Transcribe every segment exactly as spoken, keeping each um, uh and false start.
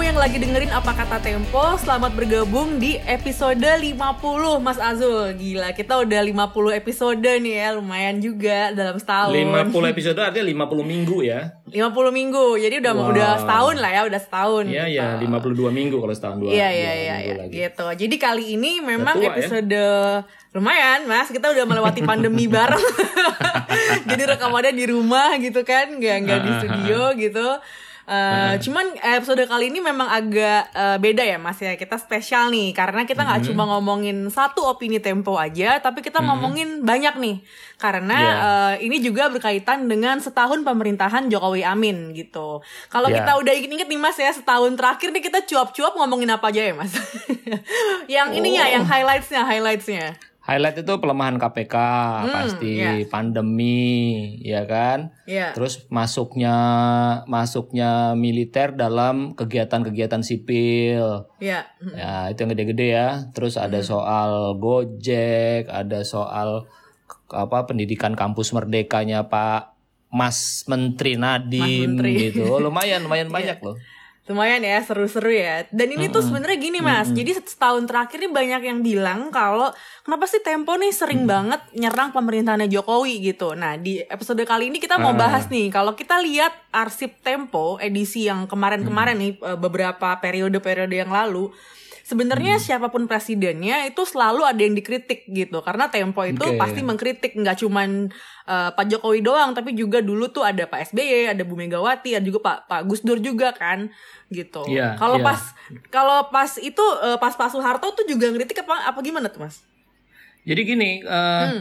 yang lagi dengerin Apa Kata Tempo. Selamat bergabung di episode lima puluh, Mas Azul. Gila, kita udah lima puluh episode nih ya, lumayan juga dalam setahun. lima puluh episode artinya lima puluh minggu ya. lima puluh minggu, jadi udah wow. udah setahun lah ya, udah setahun. Iya, gitu. Iya, lima puluh dua minggu kalau setahun dua. Iya, iya, iya, ya, gitu. Jadi kali ini memang tua, episode ya? Lumayan, Mas. Kita udah melewati pandemi bareng. Jadi rekamannya di rumah gitu kan, nggak nggak di studio gitu. Uh, cuman episode kali ini memang agak uh, beda ya Mas ya. Kita spesial nih karena kita nggak mm-hmm. cuma ngomongin satu opini Tempo aja, tapi kita mm-hmm. ngomongin banyak nih. Karena yeah. uh, ini juga berkaitan dengan setahun pemerintahan Jokowi Amin gitu. Kalau yeah. kita udah inget-inget nih Mas ya, setahun terakhir nih kita cuap-cuap ngomongin apa aja ya Mas? Yang oh. ininya, yang highlightsnya, highlightsnya. Highlight itu pelemahan K P K hmm, pasti, yeah. pandemi, ya kan? Yeah. Terus masuknya masuknya militer dalam kegiatan-kegiatan sipil. Yeah. Ya, itu yang gede-gede ya. Terus ada hmm. soal Gojek, ada soal apa pendidikan kampus merdekanya Pak Mas Menteri Nadiem Mas Menteri. Gitu. Lumayan, lumayan banyak yeah. loh. Lumayan ya, seru-seru ya. Dan ini mm-hmm. tuh sebenarnya gini Mas, mm-hmm. jadi setahun terakhir nih banyak yang bilang kalau kenapa sih Tempo nih sering mm-hmm. banget nyerang pemerintahannya Jokowi gitu. Nah di episode kali ini kita mau bahas nih, kalau kita lihat arsip Tempo edisi yang kemarin-kemarin mm-hmm. nih, beberapa periode-periode yang lalu, sebenarnya hmm. siapapun presidennya itu selalu ada yang dikritik gitu. Karena Tempo itu okay. pasti mengkritik, nggak cuman uh, Pak Jokowi doang, tapi juga dulu tuh ada Pak S B Y, ada Bu Megawati, ada juga Pak Pak Gus Dur juga kan, gitu. Yeah, kalau yeah. pas kalau pas itu uh, pas Pak Soeharto tuh juga ngeritik apa apa gimana tuh Mas? Jadi gini, uh, hmm.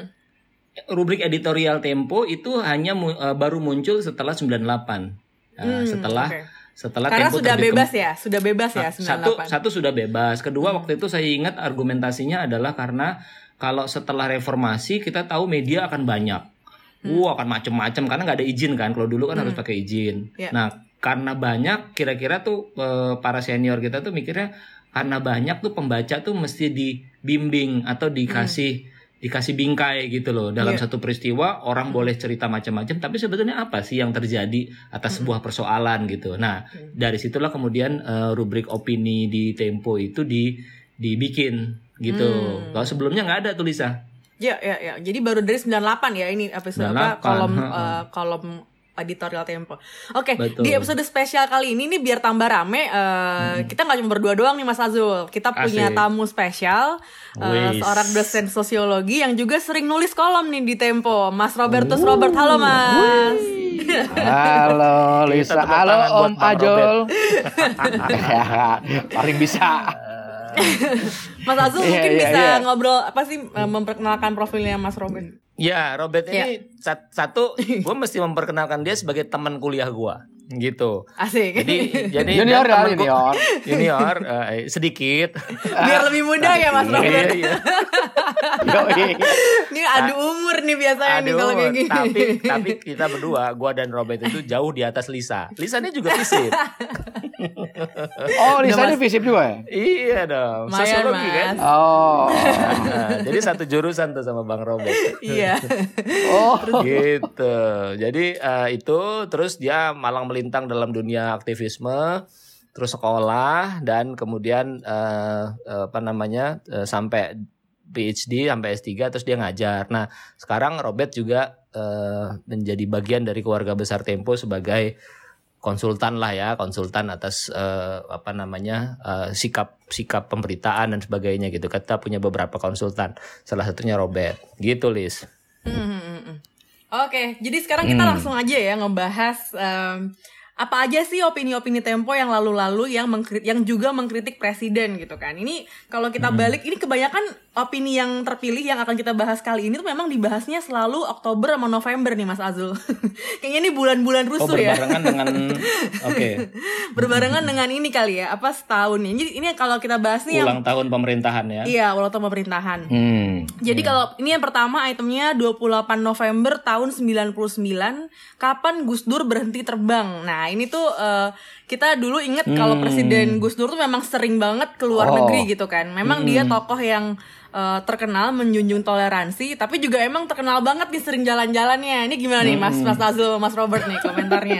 rubrik editorial Tempo itu hanya mu- uh, baru muncul setelah sembilan puluh delapan. Uh, hmm, sudah okay. Setelah Karena Tempo sudah terbikem, bebas ya, sudah bebas ya sembilan puluh delapan. Satu, satu sudah bebas. Kedua hmm. waktu itu saya ingat argumentasinya adalah karena kalau setelah reformasi kita tahu media akan banyak, hmm. wah akan macam-macam karena nggak ada izin kan. Kalau dulu kan hmm. harus pakai izin. Yeah. Nah karena banyak, kira-kira tuh eh, para senior kita tuh mikirnya karena banyak tuh pembaca tuh mesti dibimbing atau dikasih hmm. dikasih bingkai gitu loh. Dalam yeah. satu peristiwa orang hmm. boleh cerita macam-macam, tapi sebetulnya apa sih yang terjadi atas hmm. sebuah persoalan gitu. Nah hmm. dari situlah kemudian uh, rubrik opini di Tempo itu di dibikin gitu. Hmm. Kalau sebelumnya nggak ada tuh Lisa. Ya ya ya. Jadi baru dari sembilan puluh delapan ya ini episode apa kolom uh, kolom editorial Tempo. Oke, okay, di episode spesial kali ini nih biar tambah rame, uh, hmm. kita nggak cuma berdua doang nih Mas Azul. Kita punya Asik. tamu spesial, uh, seorang dosen sosiologi yang juga sering nulis kolom nih di Tempo, Mas Robertus uh. Robert. Halo Mas. Halo Lisa. Halo Om Ajul. Paling bisa. Mas Azul yeah, mungkin yeah, bisa yeah. ngobrol apa sih, memperkenalkan profilnya Mas Robert. Ya, Robert ini yeah. satu, gue mesti memperkenalkan dia sebagai teman kuliah gue, gitu. Asik. Jadi, jadi junior ya, junior, junior uh, sedikit. Biar lebih muda ya Mas Robert. Iya, iya. Ini adu umur nih biasanya nih kalau kayak gini. Tapi, tapi kita berdua, gue dan Robert itu jauh di atas Lisa. Lisa ini juga fisip. Oh, Lisa ini fisip juga ya? Iya dong. Mayan, sosiologi Mas. Kan. Oh. Nah, jadi satu jurusan tuh sama Bang Robert. Iya. Oh, gitu. Jadi uh, itu terus dia malang melintang dalam dunia aktivisme, terus sekolah dan kemudian uh, uh, apa namanya uh, sampai P H D sampai S tiga terus dia ngajar. Nah, sekarang Robert juga uh, menjadi bagian dari keluarga besar Tempo sebagai konsultan lah ya, konsultan atas uh, apa namanya uh, sikap sikap pemberitaan dan sebagainya gitu. Kita punya beberapa konsultan, salah satunya Robert. Gitu, Lis. Hmm. Oke, okay, jadi sekarang kita hmm. langsung aja ya ngebahas um, apa aja sih opini-opini Tempo yang lalu-lalu yang mengkrit- yang juga mengkritik presiden gitu kan. Ini kalau kita balik, hmm. ini kebanyakan opini yang terpilih yang akan kita bahas kali ini tuh memang dibahasnya selalu Oktober sama November nih Mas Azul. Kayaknya ini bulan-bulan rusuh oh, ya. Berbarengan dengan oke. Okay. Berbarengan dengan ini kali ya, apa setahun nih. Jadi ini kalau kita bahas nih ulang yang, tahun pemerintahan ya. Iya, ulang tahun pemerintahan. Hmm. Jadi yeah. kalau ini yang pertama itemnya dua puluh delapan November tahun sembilan puluh sembilan, kapan Gus Dur berhenti terbang. Nah, Nah ini tuh uh, kita dulu inget hmm. kalau Presiden Gus Dur tuh memang sering banget keluar oh. negeri gitu kan. Memang hmm. dia tokoh yang uh, terkenal menjunjung toleransi, tapi juga emang terkenal banget nih sering jalan-jalannya. Ini gimana nih Mas Mas Azul, Mas Robert nih komentarnya?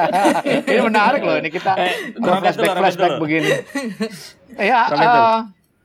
Ini menarik loh, ini kita eh, flashback flashback begini. Ya, uh,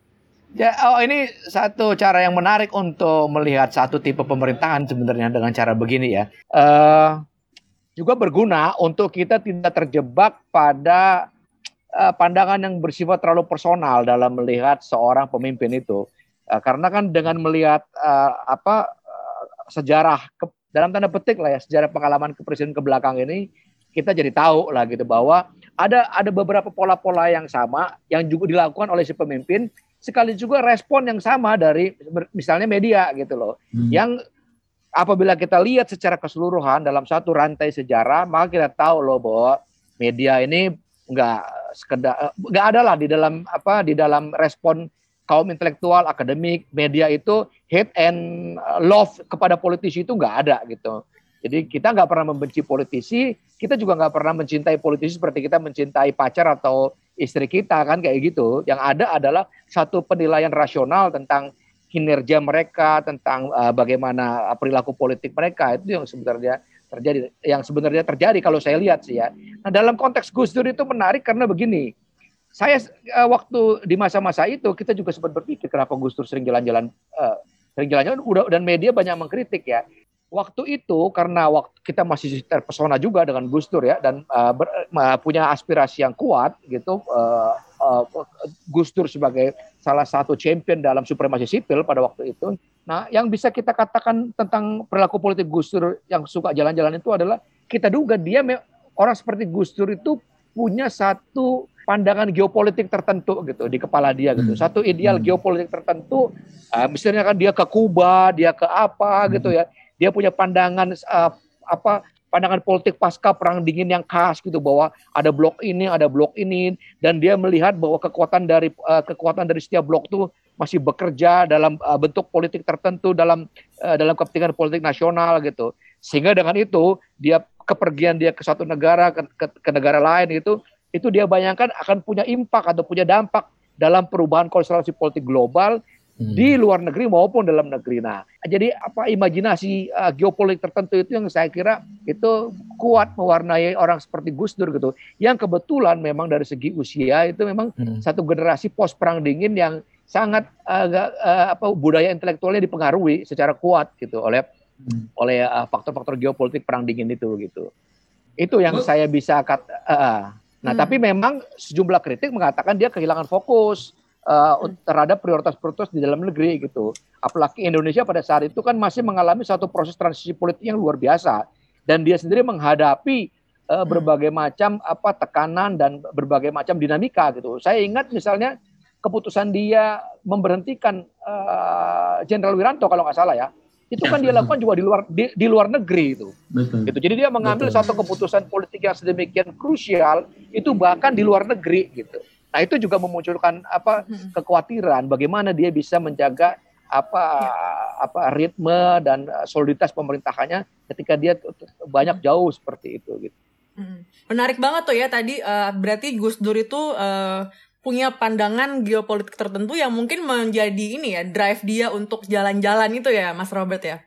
ya, oh ini satu cara yang menarik untuk melihat satu tipe pemerintahan sebenarnya dengan cara begini ya. Uh, juga berguna untuk kita tidak terjebak pada uh, pandangan yang bersifat terlalu personal dalam melihat seorang pemimpin itu. Uh, karena kan dengan melihat uh, apa uh, sejarah ke, dalam tanda petik lah ya, sejarah pengalaman kepresidenan ke belakang ini, kita jadi tahu lah gitu bahwa ada ada beberapa pola-pola yang sama yang juga dilakukan oleh si pemimpin, sekali juga respon yang sama dari misalnya media gitu loh. Hmm. Yang apabila kita lihat secara keseluruhan dalam satu rantai sejarah, maka kita tahu loh bahwa media ini nggak sekedar nggak ada lah di dalam apa di dalam respon kaum intelektual akademik, media itu hate and love kepada politisi itu nggak ada gitu. Jadi kita nggak pernah membenci politisi, kita juga nggak pernah mencintai politisi seperti kita mencintai pacar atau istri kita kan kayak gitu. Yang ada adalah satu penilaian rasional tentang kinerja mereka, tentang uh, bagaimana perilaku politik mereka, itu yang sebenarnya terjadi, yang sebenarnya terjadi kalau saya lihat sih ya. Nah dalam konteks Gus Dur itu menarik karena begini, saya uh, waktu di masa-masa itu kita juga sempat berpikir kenapa Gus Dur sering jalan-jalan, uh, sering jalan-jalan, udah dan media banyak mengkritik ya. Waktu itu karena waktu kita masih terpesona juga dengan Gus Dur ya dan uh, ber, uh, punya aspirasi yang kuat gitu. Uh, uh, Gus Dur sebagai salah satu champion dalam supremasi sipil pada waktu itu. Nah, yang bisa kita katakan tentang perilaku politik Gus Dur yang suka jalan-jalan itu adalah kita duga dia orang seperti Gus Dur itu punya satu pandangan geopolitik tertentu gitu di kepala dia gitu. Satu ideal geopolitik tertentu. Uh, misalnya kan dia ke Kuba, dia ke apa gitu ya. Dia punya pandangan uh, apa pandangan politik pasca perang dingin yang khas gitu bahwa ada blok ini, ada blok ini dan dia melihat bahwa kekuatan dari uh, kekuatan dari setiap blok itu masih bekerja dalam uh, bentuk politik tertentu dalam uh, dalam kepentingan politik nasional gitu. Sehingga dengan itu dia kepergian dia ke suatu negara ke, ke, ke negara lain itu itu dia bayangkan akan punya impak atau punya dampak dalam perubahan konstelasi politik global. Hmm. Di luar negeri maupun dalam negeri. Nah, jadi apa imajinasi uh, geopolitik tertentu itu yang saya kira itu kuat mewarnai orang seperti Gus Dur gitu. Yang kebetulan memang dari segi usia itu memang hmm. satu generasi pos perang dingin yang sangat uh, uh, apa budaya intelektualnya dipengaruhi secara kuat gitu oleh hmm. oleh uh, faktor-faktor geopolitik perang dingin itu gitu. Itu yang oh. saya bisa kata. Uh, nah, hmm. tapi memang sejumlah kritik mengatakan dia kehilangan fokus. Uh, terhadap prioritas-prioritas di dalam negeri gitu. Apalagi Indonesia pada saat itu kan masih mengalami satu proses transisi politik yang luar biasa dan dia sendiri menghadapi uh, berbagai macam apa tekanan dan berbagai macam dinamika gitu. Saya ingat misalnya keputusan dia memberhentikan Jenderal uh, Wiranto kalau nggak salah ya. Itu kan dia lakukan juga di luar di, di luar negeri itu. Betul. Gitu. Jadi dia mengambil Betul. Satu keputusan politik yang sedemikian krusial itu bahkan di luar negeri gitu. Nah itu juga memunculkan apa kekhawatiran bagaimana dia bisa menjaga apa ya. apa ritme dan soliditas pemerintahannya ketika dia banyak jauh seperti itu gitu. Menarik banget tuh ya tadi uh, berarti Gus Dur itu uh, punya pandangan geopolitik tertentu yang mungkin menjadi ini ya drive dia untuk jalan-jalan itu ya Mas Robert ya.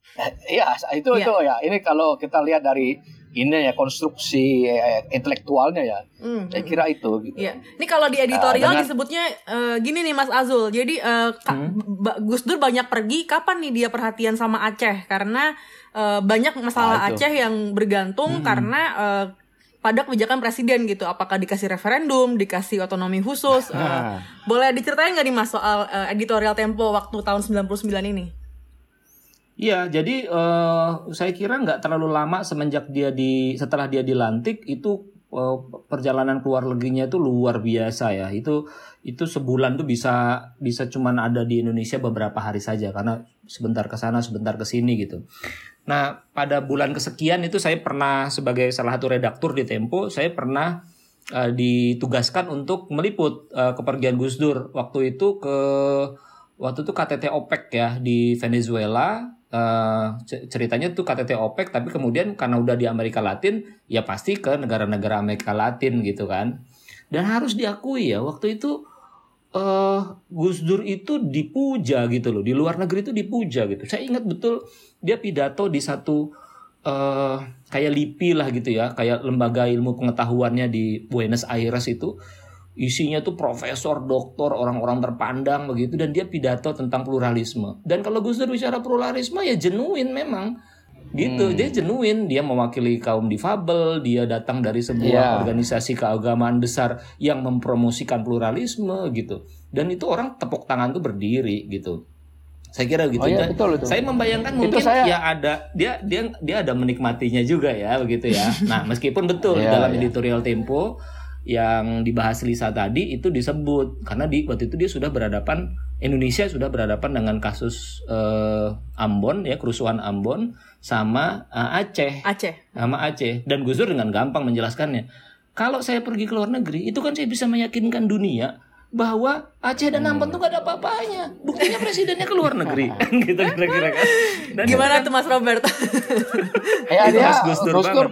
Iya itu ya. itu ya ini kalau kita lihat dari ini ya konstruksi eh, intelektualnya ya, mm, saya kira itu. Gitu. Iya. Ini kalau di editorial uh, dengan, disebutnya uh, gini nih Mas Azul. Jadi uh, mm. Gus Dur banyak pergi. Kapan nih dia perhatian sama Aceh? Karena uh, banyak masalah ah, Aceh yang bergantung mm. karena uh, pada kebijakan presiden gitu. Apakah dikasih referendum, dikasih otonomi khusus? Uh, boleh diceritain nggak nih Mas soal uh, editorial Tempo waktu tahun sembilan puluh sembilan ini? Iya, jadi uh, saya kira nggak terlalu lama semenjak dia di setelah dia dilantik itu uh, perjalanan keluar negerinya itu luar biasa ya. Itu itu sebulan tuh bisa bisa cuman ada di Indonesia beberapa hari saja karena sebentar ke sana sebentar ke sini gitu. Nah, pada bulan kesekian itu saya pernah sebagai salah satu redaktur di Tempo, saya pernah uh, ditugaskan untuk meliput uh, kepergian Gus Dur waktu itu ke waktu itu K T T OPEC ya di Venezuela. Uh, ceritanya tuh K T T OPEC, tapi kemudian karena udah di Amerika Latin, ya pasti ke negara-negara Amerika Latin gitu kan. Dan harus diakui ya, waktu itu uh, Gus Dur itu dipuja gitu loh, di luar negeri itu dipuja gitu. Saya ingat betul dia pidato di satu uh, kayak LIPI lah gitu ya, kayak lembaga ilmu pengetahuannya di Buenos Aires itu. Isinya tuh profesor, doktor, orang-orang terpandang begitu, dan dia pidato tentang pluralisme. Dan kalau Gus Dur bicara pluralisme ya genuine memang gitu, hmm. dia genuine, dia mewakili kaum difabel, dia datang dari sebuah yeah. organisasi keagamaan besar yang mempromosikan pluralisme gitu. Dan itu orang tepuk tangan tuh berdiri gitu. Saya kira gitu. Oh, iya, betul, betul. Saya membayangkan mungkin saya... ya ada dia dia dia ada menikmatinya juga ya begitu ya. Nah, meskipun betul yeah, dalam yeah. editorial Tempo yang dibahas Lisa tadi itu disebut karena di waktu itu dia sudah berhadapan Indonesia sudah berhadapan dengan kasus uh, Ambon ya, kerusuhan Ambon sama uh, Aceh. Aceh. Sama Aceh, dan Gus Dur dengan gampang menjelaskannya. Kalau saya pergi ke luar negeri, itu kan saya bisa meyakinkan dunia bahwa Aceh dan Ambon tuh gak ada apa-apanya. Buktinya presidennya ke luar negeri. Gitu kira-kira kan. Dan gimana tuh Mas Robert? Ya dia Gus Dur. Gus Dur.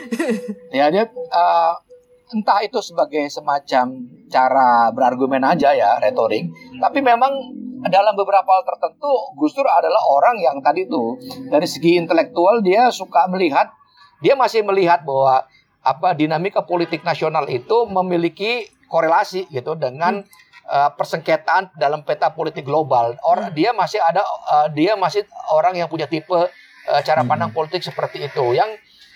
Ya dia uh, entah itu sebagai semacam cara berargumen aja ya, retorik. Tapi memang dalam beberapa hal tertentu Gus Dur adalah orang yang tadi tuh dari segi intelektual dia suka melihat, dia masih melihat bahwa apa dinamika politik nasional itu memiliki korelasi gitu dengan hmm. uh, persengketaan dalam peta politik global. Orang hmm. dia masih ada uh, dia masih orang yang punya tipe uh, cara pandang hmm. politik seperti itu yang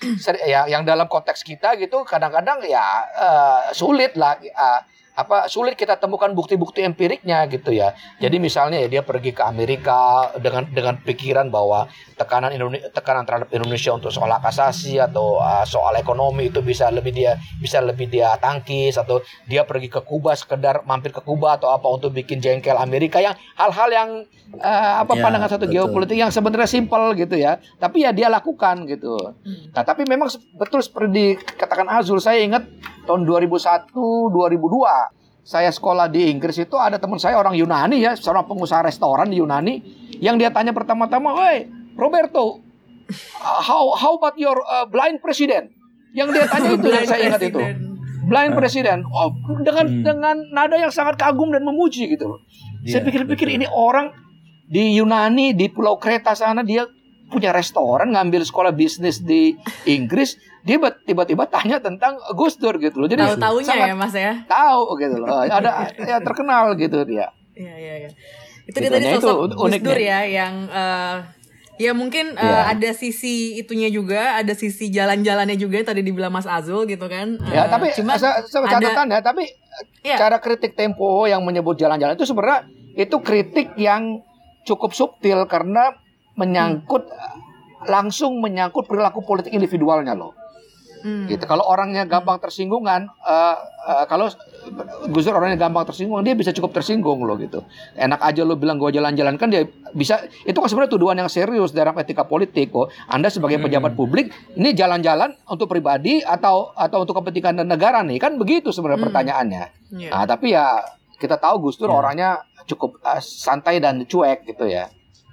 ya yang dalam konteks kita gitu kadang-kadang ya uh, sulit lah uh, apa sulit kita temukan bukti-bukti empiriknya gitu ya. Jadi misalnya ya dia pergi ke Amerika dengan dengan pikiran bahwa tekanan Indonesia, tekanan terhadap Indonesia untuk soal hak asasi atau uh, soal ekonomi itu bisa lebih dia bisa lebih dia tangkis, atau dia pergi ke Kuba sekedar mampir ke Kuba atau apa untuk bikin jengkel Amerika, yang hal-hal yang uh, apa ya, pandangan satu betul. Geopolitik yang sebenarnya simpel gitu ya. Tapi ya dia lakukan gitu. Nah, tapi memang betul seperti dikatakan Azul, saya ingat tahun dua ribu satu dua ribu dua saya sekolah di Inggris itu ada teman saya orang Yunani ya, seorang pengusaha restoran di Yunani, yang dia tanya pertama-tama, "Woi, Roberto, uh, how how about your uh, blind president?" Yang dia tanya itu yang saya ingat itu. Blind president. Oh, dengan hmm. dengan nada yang sangat kagum dan memuji gitu. Yeah, saya pikir-pikir ini orang di Yunani di Pulau Kreta sana, dia punya restoran, ngambil sekolah bisnis di Inggris, dia tiba-tiba tanya tentang Gus Dur gitu loh. Jadi tahu-taunya ya Mas ya. Tahu gitu loh. Ada ya terkenal gitu dia. Iya iya iya. Itu dia tadi sosok Gus Dur ya yang uh, ya mungkin uh, yeah. ada sisi itunya juga, ada sisi jalan-jalannya juga yang tadi dibilang Mas Azul gitu kan. Uh, ya, tapi cuma catatan ya, tapi yeah. cara kritik Tempo yang menyebut jalan-jalan itu sebenarnya itu kritik yang cukup subtil karena menyangkut hmm. langsung menyangkut perilaku politik individualnya loh. Hmm. Gitu. Kalau orangnya gampang tersinggungan, uh, uh, kalau Gus Dur orangnya gampang tersinggung, dia bisa cukup tersinggung loh gitu. Enak aja lo bilang gue jalan-jalan, kan dia bisa. Itu kan sebenarnya tuduhan yang serius dalam etika politik kok. Anda sebagai pejabat hmm. publik ini jalan-jalan untuk pribadi atau atau untuk kepentingan negara nih, kan begitu sebenarnya hmm. pertanyaannya. Yeah. Nah, tapi ya kita tahu Gus Dur yeah. orangnya cukup uh, santai dan cuek gitu ya.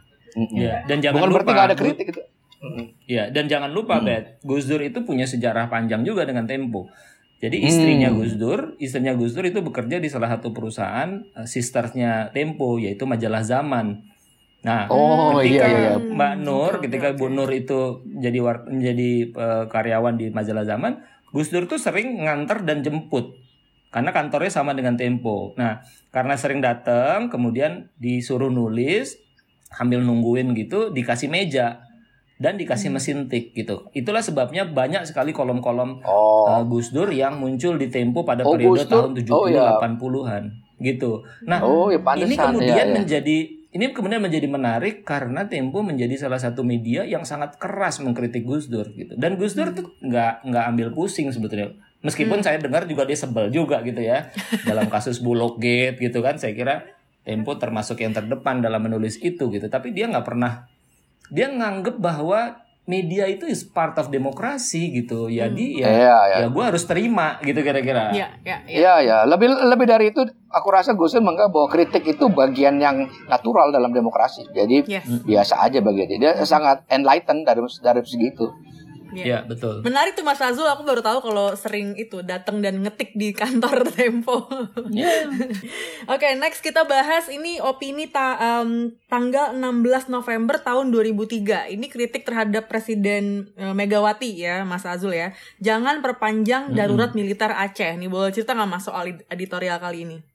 Ya, dan jangan bukan lupa, berarti nggak ada kritik itu. Ya, dan jangan lupa, hmm. Bet, Gus Dur itu punya sejarah panjang juga dengan Tempo. Jadi istrinya hmm. Gus Dur, istrinya Gus Dur itu bekerja di salah satu perusahaan uh, sistersnya Tempo, yaitu majalah Zaman. Nah, oh, ketika iya, iya. Mbak Nur, ketika Bu Nur itu jadi menjadi uh, karyawan di majalah Zaman, Gus Dur tuh sering nganter dan jemput. Karena kantornya sama dengan Tempo. Nah, karena sering datang, kemudian disuruh nulis, sambil nungguin gitu, dikasih meja dan dikasih mesin tik gitu. Itulah sebabnya banyak sekali kolom-kolom oh. uh, Gus Dur yang muncul di Tempo pada oh, periode tahun tujuh puluh delapan puluhan gitu. Nah, oh, ya, ini kemudian ya, ya. menjadi ini kemudian menjadi menarik karena Tempo menjadi salah satu media yang sangat keras mengkritik Gus Dur gitu. Dan Gus Dur tuh nggak nggak ambil pusing sebetulnya. Meskipun hmm. saya dengar juga dia sebel juga gitu ya dalam kasus Bulog Gate gitu kan. Saya kira Tempo termasuk yang terdepan dalam menulis itu gitu, tapi dia nggak pernah, dia nganggep bahwa media itu is part of demokrasi gitu. Jadi hmm. ya, ya, ya. ya gue harus terima gitu kira-kira. Iya, iya, iya. Ya, ya. Lebih lebih dari itu, aku rasa Gus Dur menganggap bahwa kritik itu bagian yang natural dalam demokrasi. Jadi yes. biasa aja bagi dia. Dia sangat enlightened dari dari segi itu. Iya, ya, betul. Menarik tuh Mas Azul, aku baru tahu kalau sering itu datang dan ngetik di kantor Tempo. Yeah. Oke, okay, next kita bahas ini opini ta- um, tanggal enam belas November tahun dua ribu tiga. Ini kritik terhadap Presiden uh, Megawati ya, Mas Azul ya. Jangan perpanjang darurat mm-hmm. militer Aceh. Nih boleh cerita nggak Mas soal editorial kali ini?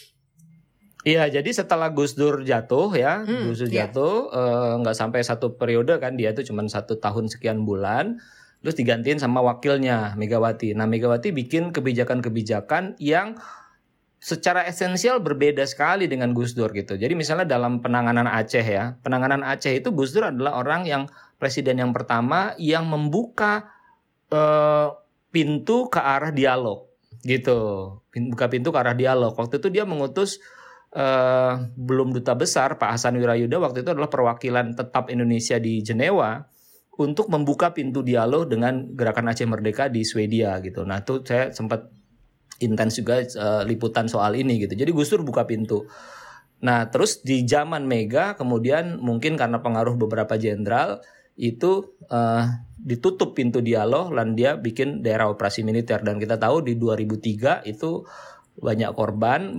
Iya, jadi setelah Gus Dur jatuh ya, hmm, Gus Dur yeah. jatuh nggak uh, sampai satu periode kan, dia tuh cuma satu tahun sekian bulan, terus digantiin sama wakilnya Megawati. Nah Megawati bikin kebijakan-kebijakan yang secara esensial berbeda sekali dengan Gus Dur gitu. Jadi misalnya dalam penanganan Aceh ya, penanganan Aceh itu Gus Dur adalah orang yang presiden yang pertama yang membuka uh, pintu ke arah dialog gitu, buka pintu ke arah dialog. Waktu itu dia mengutus Uh, belum duta besar Pak Hasan Wirayuda, waktu itu adalah perwakilan tetap Indonesia di Jenewa untuk membuka pintu dialog dengan Gerakan Aceh Merdeka di Swedia gitu. Nah itu saya sempat intens juga uh, liputan soal ini gitu. Jadi Gus Dur buka pintu. Nah terus di zaman Mega kemudian mungkin karena pengaruh beberapa jenderal itu uh, ditutup pintu dialog dan dia bikin daerah operasi militer. Dan kita tahu di dua ribu tiga itu banyak korban,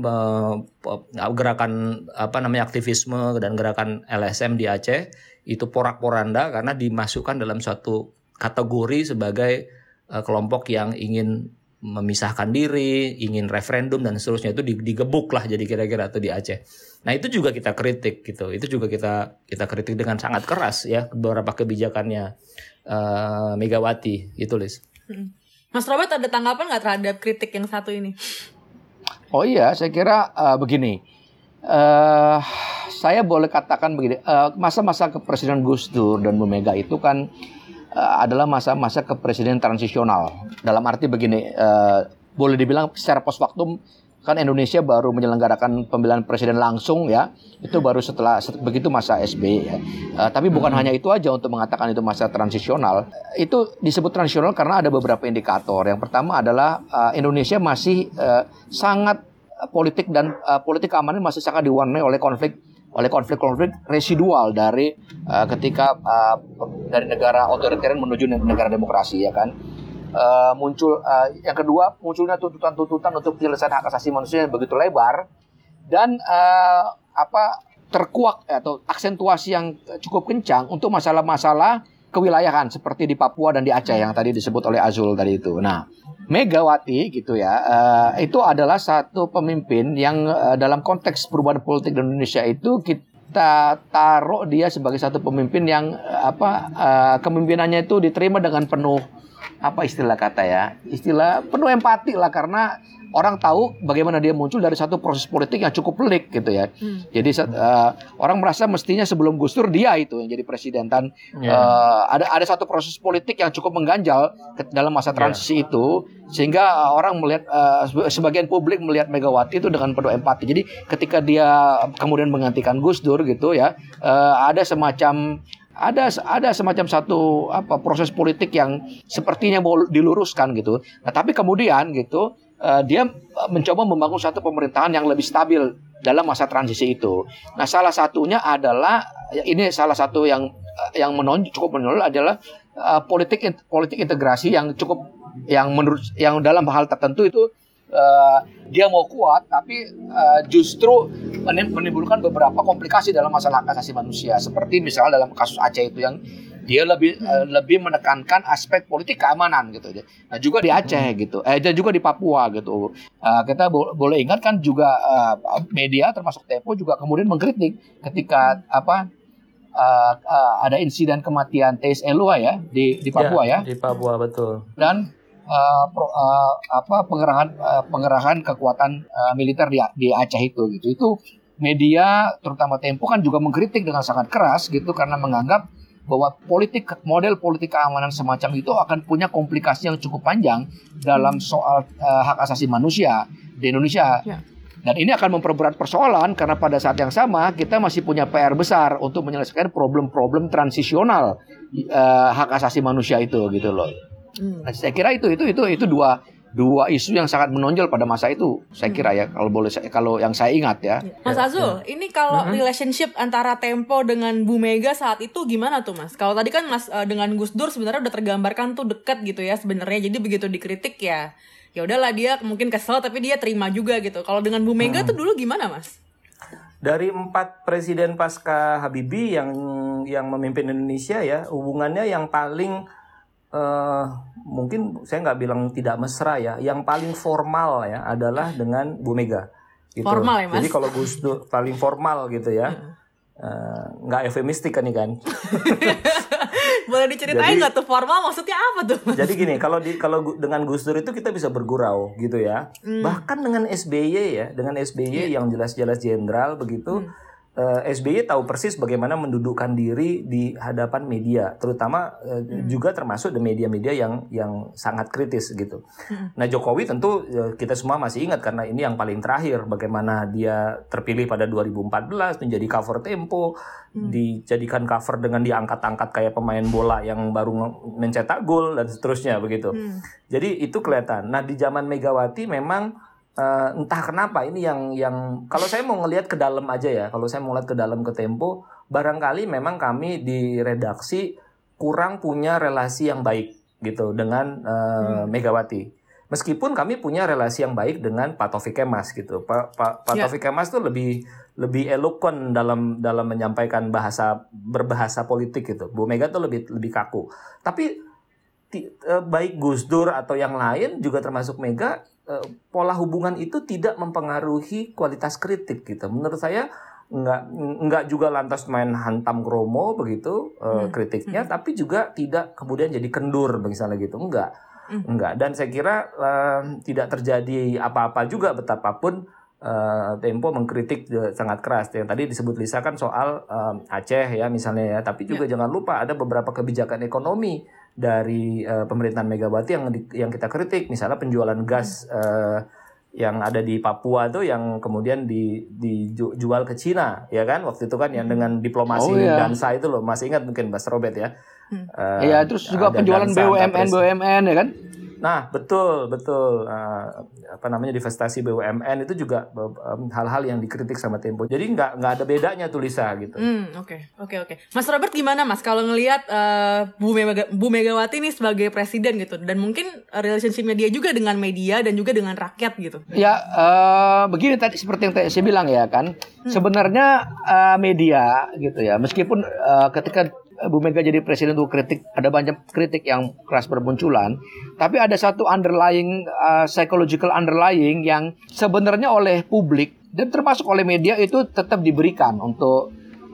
gerakan apa namanya aktivisme dan gerakan L S M di Aceh itu porak-poranda karena dimasukkan dalam suatu kategori sebagai uh, kelompok yang ingin memisahkan diri, ingin referendum dan seterusnya, itu digebuk lah jadi kira-kira tuh di Aceh. Nah itu juga kita kritik gitu, itu juga kita kita kritik dengan sangat keras ya beberapa kebijakannya uh, Megawati gitu, Lis. Mas Robert ada tanggapan nggak terhadap kritik yang satu ini? Oh iya, saya kira uh, begini, uh, saya boleh katakan begini, uh, masa-masa kepresiden Gus Dur dan Bu Mega itu kan uh, adalah masa-masa kepresiden transisional. Dalam arti begini, uh, boleh dibilang secara post factum kan Indonesia baru menyelenggarakan pemilihan presiden langsung ya, itu baru setelah begitu masa S B Y ya. Uh, tapi bukan hmm. hanya itu aja untuk mengatakan itu masa transisional. Itu disebut transisional karena ada beberapa indikator. Yang pertama adalah uh, Indonesia masih uh, sangat uh, politik dan uh, politik keamanan masih sangat diwarnai oleh konflik oleh konflik-konflik residual dari uh, ketika uh, dari negara otoritarian menuju negara demokrasi ya kan. Uh, muncul uh, yang kedua munculnya tuntutan-tuntutan untuk penyelesaian hak asasi manusia yang begitu lebar dan uh, apa terkuak atau aksentuasi yang cukup kencang untuk masalah-masalah kewilayahan seperti di Papua dan di Aceh yang tadi disebut oleh Azul tadi itu. Nah, Megawati gitu ya, uh, itu adalah satu pemimpin yang uh, dalam konteks perubahan politik di Indonesia itu kita taruh dia sebagai satu pemimpin yang uh, apa uh, kepemimpinannya itu diterima dengan penuh apa istilah kata ya, istilah penuh empati lah karena orang tahu bagaimana dia muncul dari satu proses politik yang cukup pelik gitu ya. Hmm. Jadi uh, orang merasa mestinya sebelum Gus Dur dia itu yang jadi presiden dan yeah. uh, ada ada satu proses politik yang cukup mengganjal dalam masa transisi yeah. itu sehingga uh, orang melihat uh, sebagian publik melihat Megawati itu dengan penuh empati. Jadi ketika dia kemudian menggantikan Gus Dur gitu ya, uh, ada semacam ada ada semacam satu apa proses politik yang sepertinya mau diluruskan gitu. Nah, tapi kemudian gitu uh, dia mencoba membangun satu pemerintahan yang lebih stabil dalam masa transisi itu. Nah, salah satunya adalah ini salah satu yang yang menonjol cukup menonjol adalah uh, politik politik integrasi yang cukup yang menurut yang dalam hal tertentu itu Uh, dia mau kuat tapi uh, justru menimbulkan beberapa komplikasi dalam masalah hak asasi manusia seperti misalnya dalam kasus Aceh itu yang dia lebih uh, lebih menekankan aspek politik keamanan gitu. Nah juga di Aceh gitu, eh dan juga di Papua gitu. Uh, kita bo- boleh ingat kan juga uh, media termasuk Tempo juga kemudian mengkritik ketika apa uh, uh, ada insiden kematian T S Elua ya di di Papua ya. ya. Di Papua betul. Dan Uh, pro, uh, apa pengerahan uh, pengerahan kekuatan uh, militer di di Aceh itu gitu itu media terutama Tempo kan juga mengkritik dengan sangat keras gitu karena menganggap bahwa politik model politik keamanan semacam itu akan punya komplikasi yang cukup panjang dalam soal uh, hak asasi manusia di Indonesia. Ya. Dan ini akan memperberat persoalan karena pada saat yang sama kita masih punya P R besar untuk menyelesaikan problem-problem transisional uh, hak asasi manusia itu gitu loh. Hmm. Nah, saya kira itu itu itu itu dua dua isu yang sangat menonjol pada masa itu. Saya kira ya kalau boleh kalau yang saya ingat ya. Mas Azul, ya. Ini kalau uh-huh. relationship antara Tempo dengan Bu Mega saat itu gimana tuh Mas? Kalau tadi kan Mas uh, dengan Gus Dur sebenarnya udah tergambarkan tuh dekat gitu ya sebenarnya. Jadi begitu dikritik ya ya udahlah dia mungkin kesel tapi dia terima juga gitu. Kalau dengan Bu Mega hmm. tuh dulu gimana Mas? Dari empat presiden pasca Habibie yang yang memimpin Indonesia ya, hubungannya yang paling uh, mungkin saya nggak bilang tidak mesra ya, yang paling formal ya adalah dengan Bu Mega. Gitu. Formal ya Mas? Jadi kalau Gus Dur paling formal gitu ya, nggak uh, eufemistik kan nih kan? Boleh diceritain nggak tuh formal maksudnya apa tuh? Jadi gini, kalau di kalau dengan Gus Dur itu kita bisa bergurau gitu ya. Hmm. Bahkan dengan S B Y ya, dengan S B Y yeah. yang jelas-jelas jenderal begitu, hmm. uh, S B Y tahu persis bagaimana mendudukkan diri di hadapan media, terutama uh, hmm. juga termasuk di media-media yang yang sangat kritis gitu. Hmm. Nah Jokowi tentu uh, kita semua masih ingat karena ini yang paling terakhir bagaimana dia terpilih pada dua ribu empat belas menjadi cover Tempo. Dijadikan cover dengan diangkat-angkat kayak pemain bola yang baru mencetak gol dan seterusnya begitu. Hmm. Jadi itu kelihatan. Nah di zaman Megawati memang uh, entah kenapa ini yang yang kalau saya mau ngelihat ke dalam aja ya, kalau saya mau lihat ke dalam ke Tempo, barangkali memang kami di redaksi kurang punya relasi yang baik gitu dengan uh, hmm. Megawati. Meskipun kami punya relasi yang baik dengan Pak Taufik Kemas gitu. Pak Pak Pak Taufik yeah. Kemas tuh lebih lebih eloquent dalam dalam menyampaikan bahasa berbahasa politik gitu. Bu Mega tuh lebih lebih kaku. Tapi ti, eh, baik Gus Dur atau yang lain juga termasuk Mega, eh, pola hubungan itu tidak mempengaruhi kualitas kritik gitu. Menurut saya nggak nggak juga lantas main hantam kromo begitu eh, hmm. kritiknya, hmm. tapi juga tidak kemudian jadi kendur misalnya gitu. Enggak. Enggak, dan saya kira uh, tidak terjadi apa-apa juga betapapun uh, Tempo mengkritik uh, sangat keras. Yang tadi disebut Lisa kan soal uh, Aceh ya misalnya ya, tapi juga ya. Jangan lupa ada beberapa kebijakan ekonomi dari uh, pemerintahan Megawati yang di, yang kita kritik, misalnya penjualan gas uh, yang ada di Papua tuh yang kemudian di dijual ke Cina ya kan waktu itu kan yang dengan diplomasi oh, iya. dansa itu loh, masih ingat mungkin Mas Robert ya. Iya, uh, terus juga penjualan B U M N B U M N ya kan? Nah, betul, betul. Uh, apa namanya divestasi B U M N itu juga um, hal-hal yang dikritik sama Tempo. Jadi nggak nggak ada bedanya tuh Lisa gitu. Hmm, oke, oke, oke. Mas Robert gimana Mas kalau ngelihat uh, Bu, Mega, Bu Megawati nih sebagai presiden gitu, dan mungkin relationship-nya dia juga dengan media dan juga dengan rakyat gitu? Ya, uh, begini tadi seperti yang tadi saya bilang ya kan, hmm. sebenarnya uh, media gitu ya, meskipun uh, ketika Bu Mega jadi presiden untuk kritik, ada banyak kritik yang keras bermunculan, tapi ada satu underlying uh, psychological underlying yang sebenarnya oleh publik dan termasuk oleh media itu tetap diberikan untuk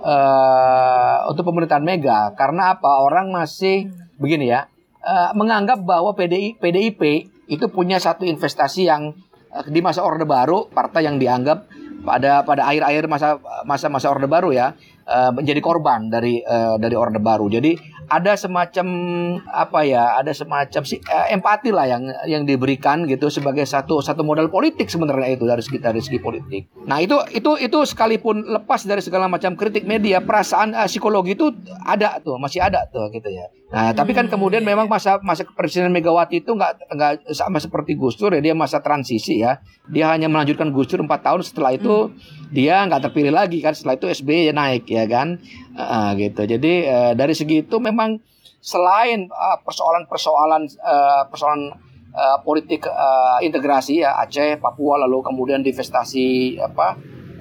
uh, untuk pemerintahan Mega. Karena apa? Orang masih begini ya, uh, menganggap bahwa P D I P D I P itu punya satu investasi yang uh, di masa Orde Baru, partai yang dianggap pada pada akhir-akhir masa masa masa Orde Baru ya, uh, menjadi korban dari uh, dari Orde Baru. Jadi ada semacam apa ya, ada semacam si, uh, empati lah yang yang diberikan gitu sebagai satu satu modal politik sebenarnya itu dari segi dari segi politik. Nah itu itu itu sekalipun lepas dari segala macam kritik media, perasaan uh, psikologi itu ada tuh, masih ada tuh gitu ya. Nah tapi kan kemudian memang masa masa Presiden Megawati itu nggak nggak sama seperti Gus Dur ya, dia masa transisi ya. Dia hanya melanjutkan Gus Dur empat tahun, setelah itu hmm. dia nggak terpilih lagi kan, setelah itu S B Y naik ya kan, uh, gitu. Jadi uh, dari segi itu memang selain uh, persoalan-persoalan uh, persoalan uh, politik uh, integrasi ya, Aceh, Papua, lalu kemudian divestasi apa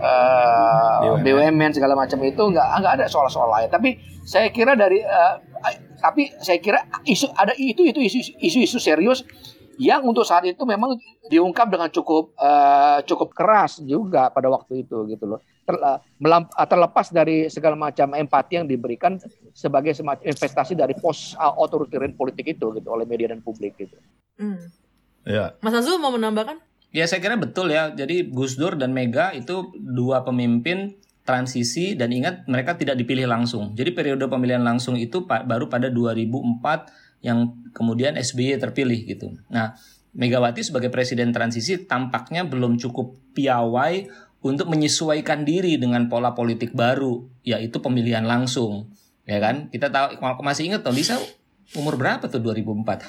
uh, B U M N segala macam itu nggak nggak ada soal-soal lain. Tapi saya kira dari uh, tapi saya kira isu ada itu itu isu isu-isu serius yang untuk saat itu memang diungkap dengan cukup uh, cukup keras juga pada waktu itu gitu loh. Ter, melamp, terlepas dari segala macam empati yang diberikan sebagai semacam investasi dari post uh, authoritarian politik itu gitu oleh media dan publik gitu. Hmm. Ya. Mas Azul mau menambahkan? Ya saya kira betul ya. Jadi Gus Dur dan Mega itu dua pemimpin transisi, dan ingat mereka tidak dipilih langsung. Jadi periode pemilihan langsung itu pa- baru pada dua ribu empat yang kemudian S B Y terpilih gitu. Nah, Megawati sebagai presiden transisi tampaknya belum cukup piawai untuk menyesuaikan diri dengan pola politik baru, yaitu pemilihan langsung. Ya kan? Kita tahu, masih ingat toh Lisa umur berapa tuh dua ribu empat?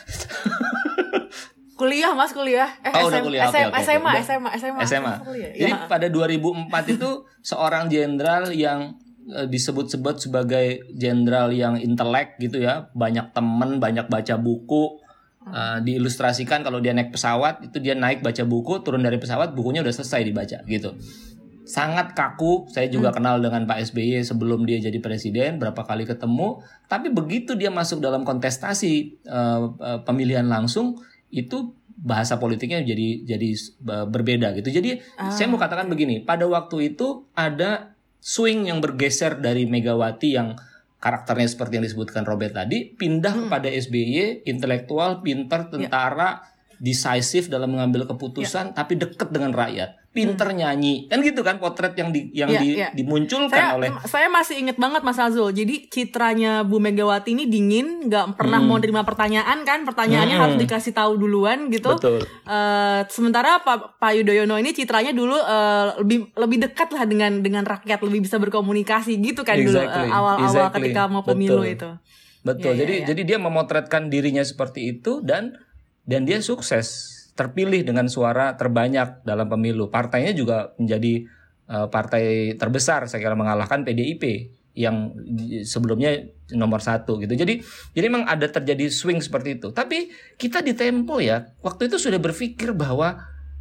Kuliah Mas, kuliah. Eh, oh, udah kuliah. S M, okay, okay, S M A, okay. S M A, S M A. S M A. Jadi ya. Pada dua ribu empat itu seorang jenderal yang uh, disebut-sebut sebagai jenderal yang intelek gitu ya, banyak teman, banyak baca buku. Uh, diilustrasikan kalau dia naik pesawat, itu dia naik baca buku, turun dari pesawat bukunya udah selesai dibaca gitu. Sangat kaku. Saya juga hmm. kenal dengan Pak S B Y sebelum dia jadi presiden, berapa kali ketemu. Tapi begitu dia masuk dalam kontestasi uh, uh, pemilihan langsung, itu bahasa politiknya jadi jadi uh, berbeda gitu. Jadi ah. saya mau katakan begini, pada waktu itu ada swing yang bergeser dari Megawati yang karakternya seperti yang disebutkan Robert tadi, pindah hmm. kepada S B Y, intelektual, pintar, tentara, yeah. decisive dalam mengambil keputusan, yeah. tapi dekat dengan rakyat. Pinter nyanyi, kan gitu kan potret yang di, yang yeah, di, yeah. dimunculkan saya, oleh. Saya masih inget banget Mas Azul. Jadi citranya Bu Megawati ini dingin, nggak pernah hmm. mau terima pertanyaan kan, pertanyaannya hmm. harus dikasih tahu duluan gitu. Betul. Uh, sementara Pak Pak Yudhoyono ini citranya dulu uh, lebih lebih dekat lah dengan dengan rakyat, lebih bisa berkomunikasi gitu kan exactly. dulu uh, awal-awal exactly. ketika mau pemilu Betul. itu. Betul. Ya, jadi ya, jadi dia memotretkan dirinya seperti itu dan dan dia sukses. Terpilih dengan suara terbanyak dalam pemilu. Partainya juga menjadi uh, partai terbesar, saya kira mengalahkan P D I P yang sebelumnya nomor satu gitu. Jadi jadi memang ada terjadi swing seperti itu. Tapi kita di Tempo ya waktu itu sudah berpikir bahwa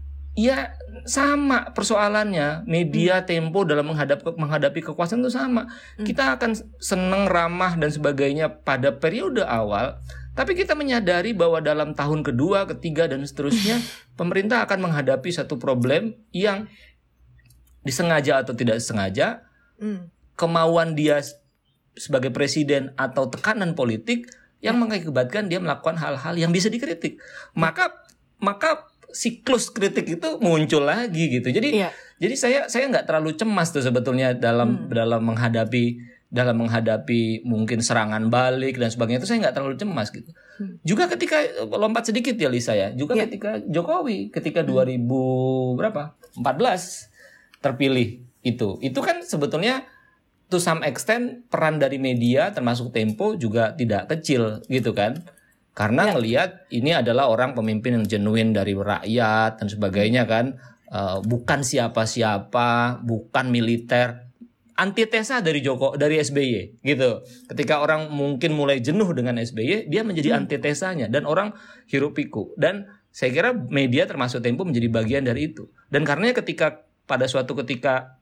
ya sama persoalannya media Tempo dalam menghadap menghadapi kekuasaan itu sama. Kita akan senang, ramah dan sebagainya pada periode awal. Tapi kita menyadari bahwa dalam tahun kedua, ketiga, dan seterusnya pemerintah akan menghadapi satu problem yang disengaja atau tidak sengaja mm. kemauan dia sebagai presiden atau tekanan politik yang mengakibatkan dia melakukan hal-hal yang bisa dikritik. Maka maka siklus kritik itu muncul lagi gitu. Jadi yeah. jadi saya saya nggak terlalu cemas tuh sebetulnya dalam mm. dalam menghadapi dalam menghadapi mungkin serangan balik dan sebagainya itu saya nggak terlalu cemas gitu. Hmm. Juga ketika lompat sedikit ya Lisa ya, juga yeah. ketika Jokowi ketika dua ribu berapa? empat belas terpilih itu. Itu kan sebetulnya to some extent peran dari media termasuk Tempo juga tidak kecil gitu kan. Karena yeah. ngelihat ini adalah orang pemimpin yang genuine dari rakyat dan sebagainya kan, uh, bukan siapa-siapa, bukan militer. Antitesa dari Joko dari S B Y gitu. Ketika orang mungkin mulai jenuh dengan S B Y, dia menjadi hmm. antitesanya dan orang hiruk pikuk. Dan saya kira media termasuk Tempo menjadi bagian dari itu. Dan karena ketika pada suatu ketika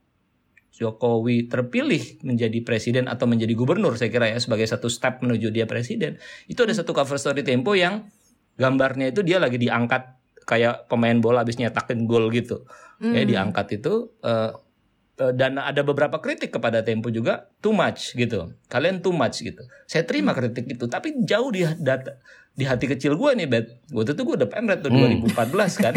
Jokowi terpilih menjadi presiden atau menjadi gubernur, saya kira ya sebagai satu step menuju dia presiden, itu ada satu cover story Tempo yang gambarnya itu dia lagi diangkat kayak pemain bola habis nyetakin gol gitu. Hmm. Ya diangkat itu uh, dan ada beberapa kritik kepada Tempo juga too much gitu. Kalian too much gitu. Saya terima kritik itu, tapi jauh di data, di hati kecil gue nih, Bet. Waktu itu gue udah pemret tuh hmm. dua ribu empat belas kan.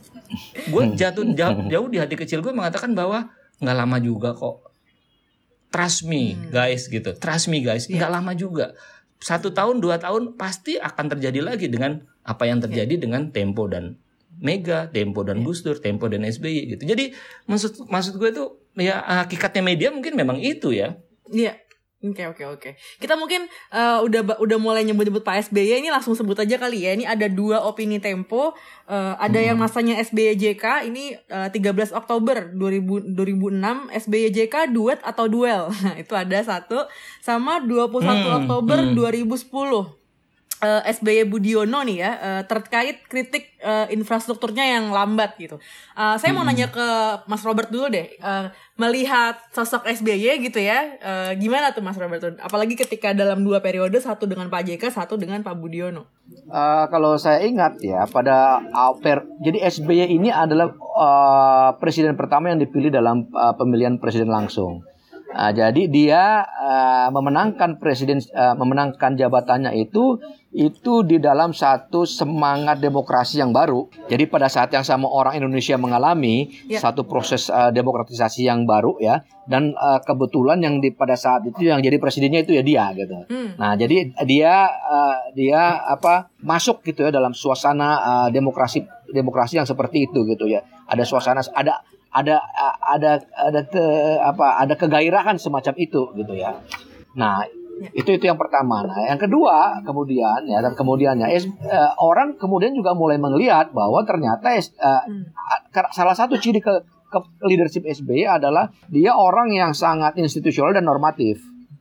Gue jatuh jauh, jauh di hati kecil gue mengatakan bahwa nggak lama juga kok. Trust me guys gitu. Trust me guys. Nggak yeah. lama juga. Satu tahun, dua tahun pasti akan terjadi lagi dengan apa yang terjadi yeah. dengan Tempo dan Mega, Tempo dan Gus Dur, Tempo dan S B Y gitu. Jadi maksud maksud gue tuh ya hakikatnya media mungkin memang itu ya. Iya. Oke oke oke. Kita mungkin uh, udah udah mulai nyebut-nyebut Pak S B Y, ini langsung sebut aja kali ya. Ini ada dua opini Tempo. Uh, ada hmm. yang masanya S B Y J K ini uh, tiga belas Oktober dua ribu enam S B Y J K duet atau duel. Nah, itu ada satu sama dua puluh satu hmm. Oktober hmm. dua ribu sepuluh. Uh, S B Y Budiono nih ya uh, terkait kritik uh, infrastrukturnya yang lambat gitu. Uh, saya hmm. mau nanya ke Mas Robert dulu deh, uh, melihat sosok S B Y gitu ya, uh, gimana tuh Mas Robert? Apalagi ketika dalam dua periode, satu dengan Pak J K, satu dengan Pak Budiono. Uh, kalau saya ingat ya pada uh, per, jadi S B Y ini adalah uh, presiden pertama yang dipilih dalam uh, pemilihan presiden langsung. Nah, jadi dia uh, memenangkan presiden uh, memenangkan jabatannya itu itu di dalam satu semangat demokrasi yang baru. Jadi pada saat yang sama orang Indonesia mengalami ya. satu proses uh, demokratisasi yang baru ya, dan uh, kebetulan yang di pada saat itu yang jadi presidennya itu ya dia gitu. Hmm. Nah, jadi dia uh, dia apa masuk gitu ya dalam suasana uh, demokrasi demokrasi yang seperti itu gitu ya. Ada suasana ada ada ada ada ke apa ada kegairahan semacam itu gitu ya. Nah, itu itu yang pertama. Nah, yang kedua kemudian ya dan kemudiannya es, uh, orang kemudian juga mulai melihat bahwa ternyata es, uh, hmm. salah satu ciri ke, ke leadership S B Y adalah dia orang yang sangat institusional dan normatif.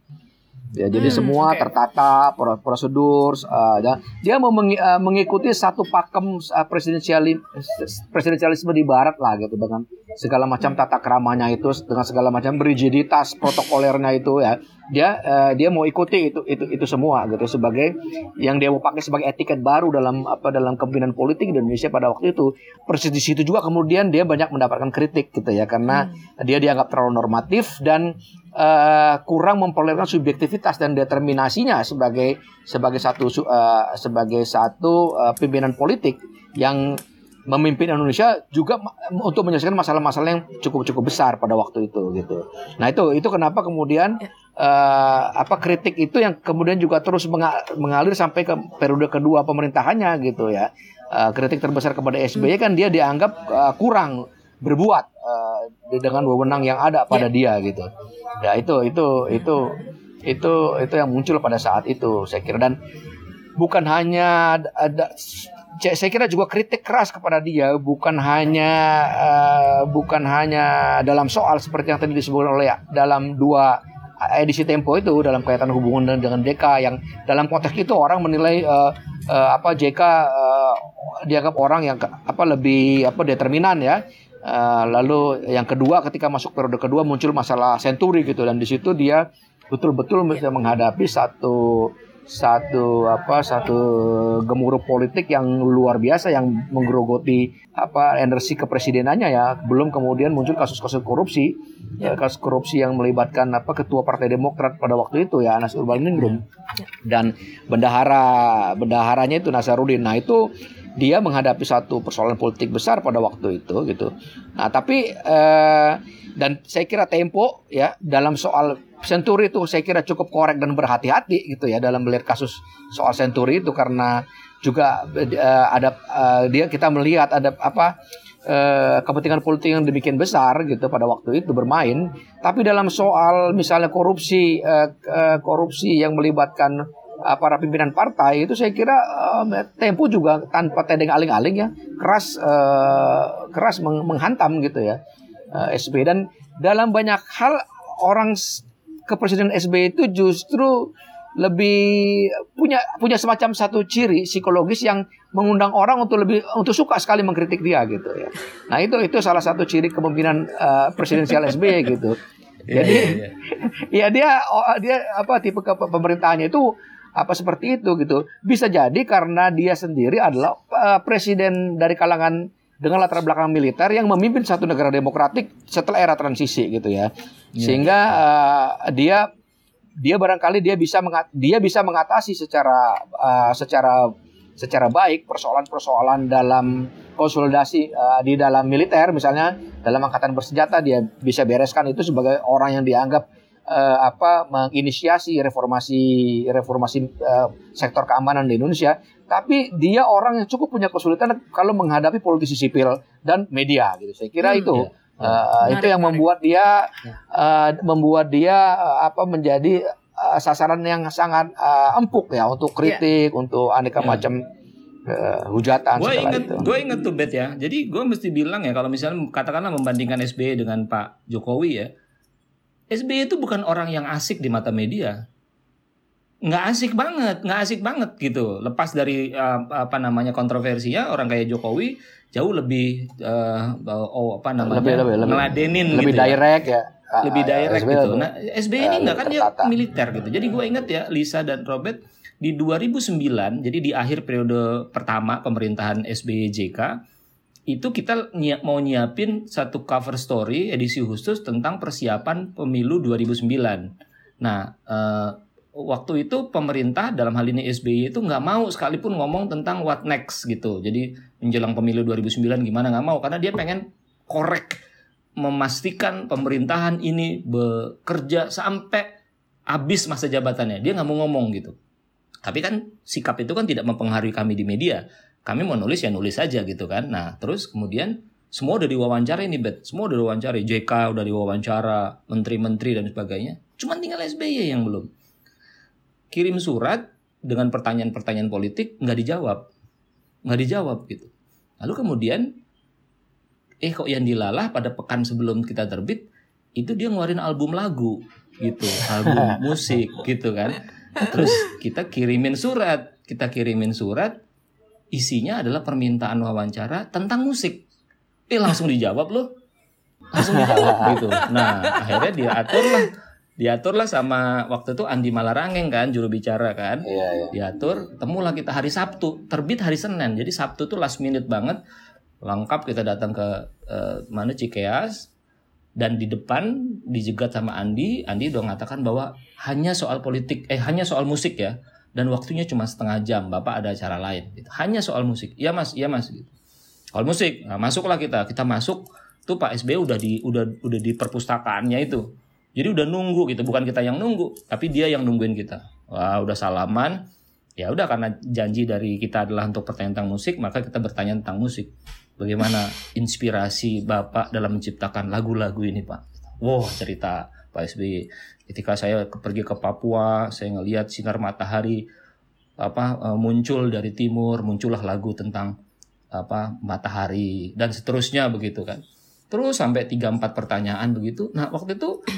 Ya, jadi hmm, semua okay. tertata, prosedur, uh, ya. Dia mau mengi, uh, mengikuti satu pakem uh, presidensialisme, presidensialisme di Barat lah gitu, dengan segala macam tata keramanya itu, dengan segala macam rigiditas protokolernya itu ya. Dia uh, dia mau ikuti itu itu itu semua gitu sebagai yang dia mau pakai sebagai etiket baru dalam apa dalam kepemimpinan politik di Indonesia pada waktu itu. Persis di situ juga kemudian dia banyak mendapatkan kritik gitu ya, karena hmm. dia dianggap terlalu normatif dan Uh, kurang memperlihatkan subjektivitas dan determinasinya sebagai sebagai satu uh, sebagai satu uh, pimpinan politik yang memimpin Indonesia juga ma- untuk menyelesaikan masalah-masalah yang cukup-cukup besar pada waktu itu gitu. Nah, itu itu kenapa kemudian uh, apa kritik itu yang kemudian juga terus menga- mengalir sampai ke periode kedua pemerintahannya gitu ya. Uh, kritik terbesar kepada S B Y kan dia dianggap uh, kurang berbuat uh, dengan wewenang yang ada pada yeah. dia gitu. Ya itu itu itu itu itu yang muncul pada saat itu saya kira, dan bukan hanya ada saya kira juga kritik keras kepada dia bukan hanya uh, bukan hanya dalam soal seperti yang tadi disebutkan oleh dalam dua edisi Tempo itu dalam kaitan hubungan dengan J K yang dalam konteks itu orang menilai uh, uh, apa J K uh, dianggap orang yang apa lebih apa determinan ya. Uh, lalu yang kedua ketika masuk periode kedua muncul masalah senturi gitu, dan di situ dia betul-betul bisa menghadapi satu satu apa satu gemuruh politik yang luar biasa yang menggerogoti apa energi kepresidenannya ya, belum kemudian muncul kasus-kasus korupsi ya. Kasus korupsi yang melibatkan apa ketua Partai Demokrat pada waktu itu ya Anas Urbaningrum ya. Dan bendahara bendaharanya itu Nasaruddin. Nah, itu dia menghadapi satu persoalan politik besar pada waktu itu gitu. Nah, tapi eh, dan saya kira Tempo ya dalam soal senturi itu saya kira cukup korek dan berhati-hati gitu ya dalam melihat kasus soal senturi itu, karena juga eh, ada eh, dia kita melihat ada apa eh, kepentingan politik yang demikian besar gitu pada waktu itu bermain. Tapi dalam soal misalnya korupsi eh, eh, korupsi yang melibatkan para pimpinan partai itu saya kira uh, Tempo juga tanpa tedeng aling-aling ya keras uh, keras meng- menghantam gitu ya uh, S B Y, dan dalam banyak hal orang kepresidenan S B Y itu justru lebih punya punya semacam satu ciri psikologis yang mengundang orang untuk lebih untuk suka sekali mengkritik dia gitu ya. Nah, itu itu salah satu ciri kepemimpinan uh, presidensial S B Y gitu. Jadi yeah, yeah, yeah. ya dia dia apa tipe pemerintahannya itu apa seperti itu gitu. Bisa jadi karena dia sendiri adalah uh, presiden dari kalangan dengan latar belakang militer yang memimpin satu negara demokratik setelah era transisi gitu ya. Sehingga uh, dia dia barangkali dia bisa mengat, dia bisa mengatasi secara uh, secara secara baik persoalan-persoalan dalam konsolidasi uh, di dalam militer, misalnya dalam angkatan bersenjata dia bisa bereskan itu sebagai orang yang dianggap Uh, apa menginisiasi reformasi reformasi uh, sektor keamanan di Indonesia, tapi dia orang yang cukup punya kesulitan kalau menghadapi politisi sipil dan media gitu. Saya kira hmm, itu ya. uh, menarik, itu yang menarik. membuat dia uh, membuat dia uh, apa menjadi uh, sasaran yang sangat uh, empuk ya untuk kritik, ya. Untuk aneka ya. macam uh, hujatan. Gue inget, gue inget tuh Bet ya. Jadi gue mesti bilang ya kalau misalnya katakanlah membandingkan S B Y dengan Pak Jokowi ya. S B Y itu bukan orang yang asik di mata media, nggak asik banget, nggak asik banget gitu. Lepas dari uh, apa namanya kontroversinya, orang kayak Jokowi jauh lebih uh, oh apa namanya lebih, lebih, ngeladenin lebih gitu direct ya, ya. lebih direct S B Y gitu. Nah S B Y ini nggak kan dia militer gitu. Jadi gue inget ya Lisa dan Robert di dua ribu sembilan, jadi di akhir periode pertama pemerintahan S B Y J K. itu kita ny- mau nyiapin satu cover story edisi khusus tentang persiapan pemilu dua ribu sembilan. Nah, uh, waktu itu pemerintah dalam hal ini S B Y itu nggak mau sekalipun ngomong tentang what next gitu. Jadi menjelang pemilu dua ribu sembilan gimana, nggak mau, karena dia pengen korek, memastikan pemerintahan ini bekerja sampai habis masa jabatannya. Dia nggak mau ngomong gitu. Tapi kan sikap itu kan tidak mempengaruhi kami di media. Kami mau nulis ya nulis aja gitu kan. Nah terus kemudian semua udah diwawancara nih Bet. Semua udah diwawancara. J K udah diwawancara, menteri-menteri dan sebagainya. Cuman tinggal S B Y yang belum. Kirim surat dengan pertanyaan-pertanyaan politik nggak dijawab. Nggak dijawab gitu. Lalu kemudian eh kok yang dilalah pada pekan sebelum kita terbit itu dia ngeluarin album lagu gitu. Album musik gitu kan. Terus kita kirimin surat. Kita kirimin surat. Isinya adalah permintaan wawancara tentang musik. Eh langsung dijawab loh. Langsung dijawab gitu. Nah akhirnya diatur lah. Diatur lah sama waktu itu Andi Malarangeng kan, juru bicara kan. Iya, iya. Diatur, temulah kita hari Sabtu. Terbit hari Senin. Jadi Sabtu tuh last minute banget. Lengkap kita datang ke uh, mana Cikeas. Dan di depan dijegat sama Andi. Andi udah mengatakan bahwa hanya soal politik. Eh hanya soal musik ya. Dan waktunya cuma setengah jam, Bapak ada acara lain. Gitu. Hanya soal musik. Iya mas, iya mas. Gitu. Soal musik, nah, masuklah kita. Kita masuk, tuh Pak S B Y udah di udah udah di perpustakaannya itu. Jadi udah nunggu gitu, bukan kita yang nunggu, tapi dia yang nungguin kita. Wah, udah salaman. Ya udah karena janji dari kita adalah untuk pertanyaan tentang musik, maka kita bertanya tentang musik. Bagaimana inspirasi Bapak dalam menciptakan lagu-lagu ini, Pak? Wow, cerita Pak S B Y. Ketika saya pergi ke Papua, saya ngelihat sinar matahari apa muncul dari timur, muncullah lagu tentang apa matahari dan seterusnya begitu kan. Terus sampai tiga empat pertanyaan begitu. Nah, waktu itu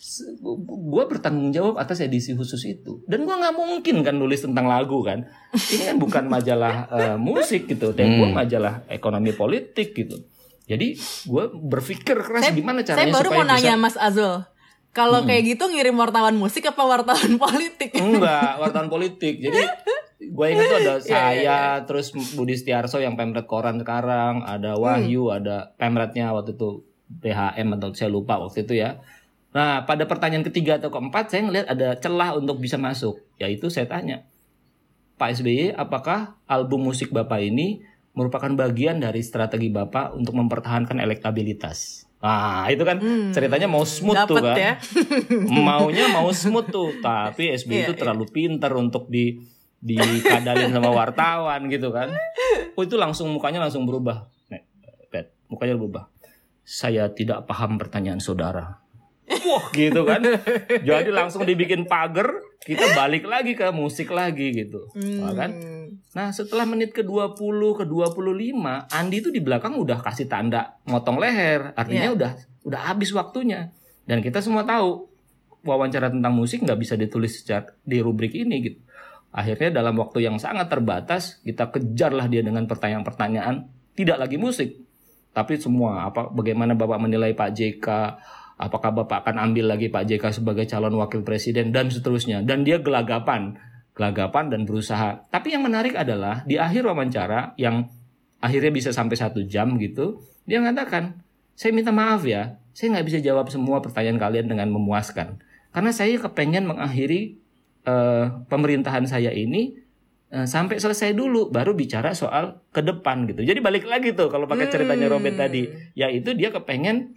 gue bertanggung jawab atas edisi khusus itu. Dan gue nggak mungkin kan nulis tentang lagu kan. Ini kan bukan majalah uh, musik gitu, Tempo hmm. majalah ekonomi politik gitu. Jadi gue berpikir keras saya, gimana caranya supaya bisa. Saya baru mau nanya Mas Azul. Kalau hmm. kayak gitu ngirim wartawan musik apa wartawan politik? Enggak, wartawan politik. Jadi gue ingat tuh ada saya, yeah, yeah, yeah. terus Budi Setiarso yang pemret koran sekarang, ada Wahyu, hmm. ada pemretnya waktu itu P H M atau saya lupa waktu itu ya. Nah, pada pertanyaan ketiga atau keempat saya ngelihat ada celah untuk bisa masuk. Yaitu saya tanya, Pak S B Y, apakah album musik Bapak ini merupakan bagian dari strategi Bapak untuk mempertahankan elektabilitas? Nah itu kan hmm, ceritanya mau smooth tuh kan ya? Maunya mau smooth tuh, tapi S B Y yeah, itu terlalu yeah. pintar untuk di dikadalin sama wartawan gitu kan. Oh itu langsung mukanya langsung berubah. Nih, Bet, mukanya berubah. Saya tidak paham pertanyaan saudara. Wah gitu kan. Jadi langsung dibikin pagar, kita balik lagi ke musik lagi gitu. Hmm. Nah, kan? Nah setelah menit ke dua puluh, ke dua puluh lima, Andi tuh di belakang udah kasih tanda motong leher. Artinya yeah. udah udah habis waktunya. Dan kita semua tahu wawancara tentang musik gak bisa ditulis secara, di rubrik ini gitu. Akhirnya dalam waktu yang sangat terbatas, kita kejarlah dia dengan pertanyaan-pertanyaan. Tidak lagi musik, tapi semua. Apa, bagaimana Bapak menilai Pak J K? Apakah Bapak akan ambil lagi Pak J K sebagai calon wakil presiden? Dan seterusnya. Dan dia gelagapan. Gelagapan dan berusaha. Tapi yang menarik adalah di akhir wawancara yang akhirnya bisa sampai satu jam gitu, dia mengatakan, saya minta maaf ya, saya nggak bisa jawab semua pertanyaan kalian dengan memuaskan. Karena saya kepengen mengakhiri uh, pemerintahan saya ini uh, sampai selesai dulu, baru bicara soal ke depan gitu. Jadi balik lagi tuh kalau pakai ceritanya Robert hmm. tadi, yaitu dia kepengen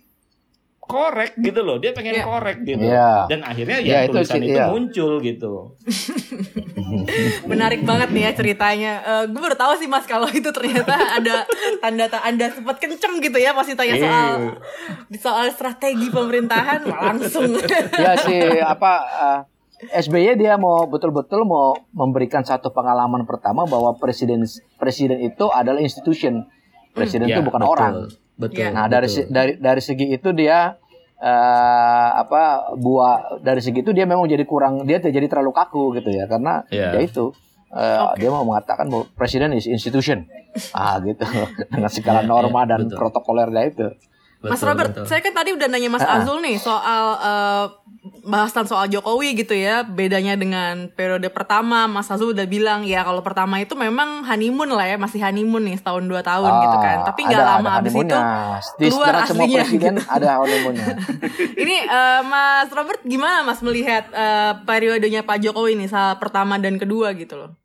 korek gitu loh, dia pengen yeah. korek gitu, yeah. dan akhirnya ya yeah, tulisan itu, itu yeah. muncul gitu. Menarik banget nih ya ceritanya. Uh, gue baru tahu sih Mas kalau itu ternyata ada tanda Anda sempat kenceng gitu ya pasti tanya soal soal strategi pemerintahan langsung. Ya sih apa uh, S B Y dia mau betul-betul mau memberikan satu pengalaman pertama bahwa presiden presiden itu adalah institution. Presiden itu hmm. ya, bukan betul. orang. Betul. Nah dari betul. dari dari segi itu dia uh, apa buah dari segi itu dia memang jadi kurang dia jadi terlalu kaku gitu ya karena yeah. ya itu uh, okay. dia mau mengatakan bahwa presiden is institution ah gitu dengan segala norma yeah, yeah, dan betul. protokolernya itu. Mas Robert, betul. Saya kan tadi udah nanya Mas Azul nih soal uh, bahasan soal Jokowi gitu ya, bedanya dengan periode pertama. Mas Azul udah bilang ya kalau pertama itu memang honeymoon lah ya, masih honeymoon nih setahun dua tahun ah, gitu kan. Tapi nggak lama abis itu keluar aslinya. Gitu. Ada honeymoonnya. Ini uh, Mas Robert gimana Mas melihat uh, periodenya Pak Jokowi nih saat pertama dan kedua gitu loh?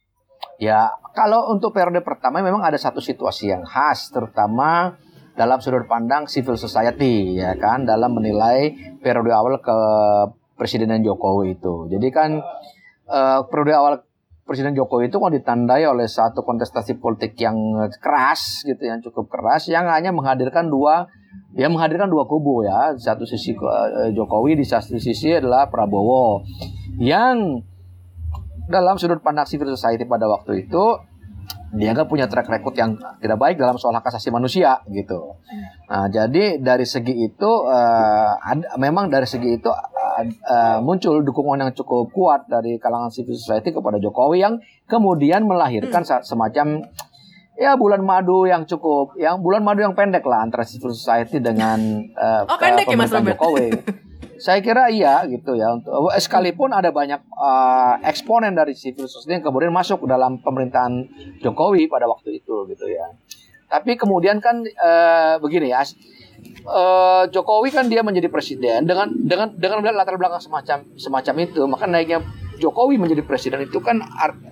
Ya kalau untuk periode pertama memang ada satu situasi yang khas, terutama dalam sudut pandang civil society ya kan, dalam menilai periode awal ke Presiden Jokowi itu. Jadi kan uh, periode awal Presiden Jokowi itu kan ditandai oleh satu kontestasi politik yang keras gitu, yang cukup keras, yang hanya menghadirkan dua ya menghadirkan dua kubu ya. Satu sisi uh, Jokowi, di satu sisi adalah Prabowo, yang dalam sudut pandang civil society pada waktu itu dianggap punya track record yang tidak baik dalam soal hak asasi manusia gitu. Nah, jadi dari segi itu uh, ada, memang dari segi itu uh, uh, muncul dukungan yang cukup kuat dari kalangan civil society kepada Jokowi, yang kemudian melahirkan hmm. semacam ya bulan madu yang cukup, yang bulan madu yang pendek lah antara civil society dengan uh, oh, pendek ya, Mas Robert? Jokowi. Saya kira iya gitu ya. Sekalipun ada banyak uh, eksponen dari civil society yang kemudian masuk dalam pemerintahan Jokowi pada waktu itu gitu ya. Tapi kemudian kan uh, begini ya, uh, Jokowi kan dia menjadi presiden dengan dengan dengan melihat latar belakang semacam semacam itu, maka naiknya Jokowi menjadi presiden itu kan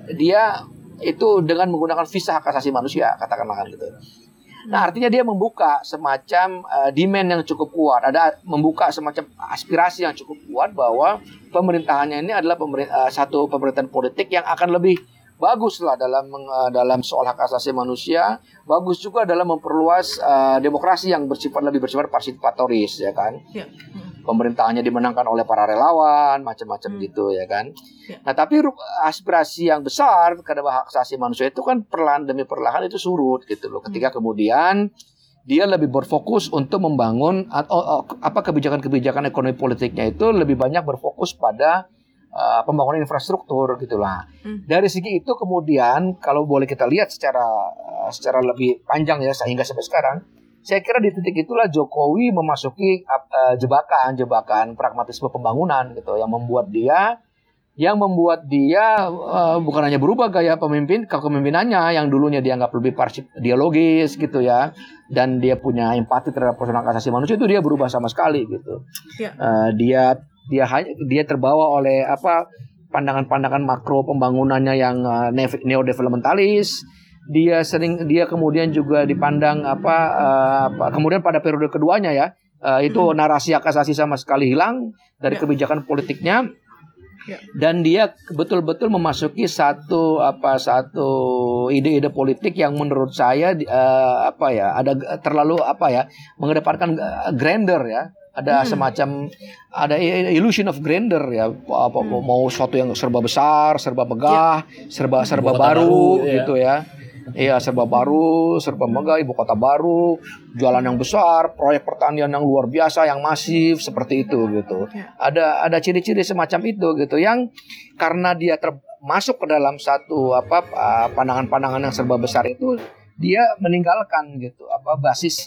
dia itu dengan menggunakan visa hak asasi manusia, katakanlah kan gitu. Nah, artinya dia membuka semacam uh, demand yang cukup kuat, ada membuka semacam aspirasi yang cukup kuat bahwa pemerintahannya ini adalah pemerint- uh, satu pemerintahan politik yang akan lebih bagus lah dalam uh, dalam soal hak asasi manusia, bagus juga dalam memperluas uh, demokrasi yang bersifat lebih bersifat partisipatoris ya kan. Ya. Pemerintahannya dimenangkan oleh para relawan, macam-macam hmm. gitu ya kan. Ya. Nah, tapi aspirasi yang besar terhadap hak asasi manusia itu kan perlahan demi perlahan itu surut gitu loh. Ketika hmm. kemudian dia lebih berfokus untuk membangun atau apa kebijakan-kebijakan ekonomi politiknya itu lebih banyak berfokus pada uh, pembangunan infrastruktur gitulah. Hmm. Dari segi itu kemudian kalau boleh kita lihat secara uh, secara lebih panjang ya sehingga sampai sekarang, saya kira di titik itulah Jokowi memasuki uh, jebakan-jebakan pragmatisme pembangunan gitu, yang membuat dia yang membuat dia uh, bukan hanya berubah gaya pemimpin kepemimpinannya yang dulunya dianggap lebih parsip dialogis gitu ya, dan dia punya empati terhadap persoalan hak asasi manusia, itu dia berubah sama sekali gitu. Ya. Uh, dia dia dia terbawa oleh apa pandangan-pandangan makro pembangunannya yang uh, neo-developmentalis. Dia sering dia kemudian juga dipandang apa, uh, apa kemudian pada periode keduanya ya uh, itu hmm. narasi hak asasi sama sekali hilang dari ya. kebijakan politiknya ya. Dan dia betul-betul memasuki satu apa satu ide-ide politik yang menurut saya uh, apa ya ada terlalu apa ya mengedepankan grandeur ya. Ada hmm. semacam ada illusion of grandeur ya, apa hmm. mau sesuatu yang serba besar, serba megah, ya. serba serba baru, baru gitu ya. Iya, serba baru, serba megah, ibu kota baru, jualan yang besar, proyek pertanian yang luar biasa, yang masif seperti itu gitu. Ada ada ciri-ciri semacam itu gitu, yang karena dia termasuk ke dalam satu apa pandangan-pandangan yang serba besar itu, dia meninggalkan gitu apa basis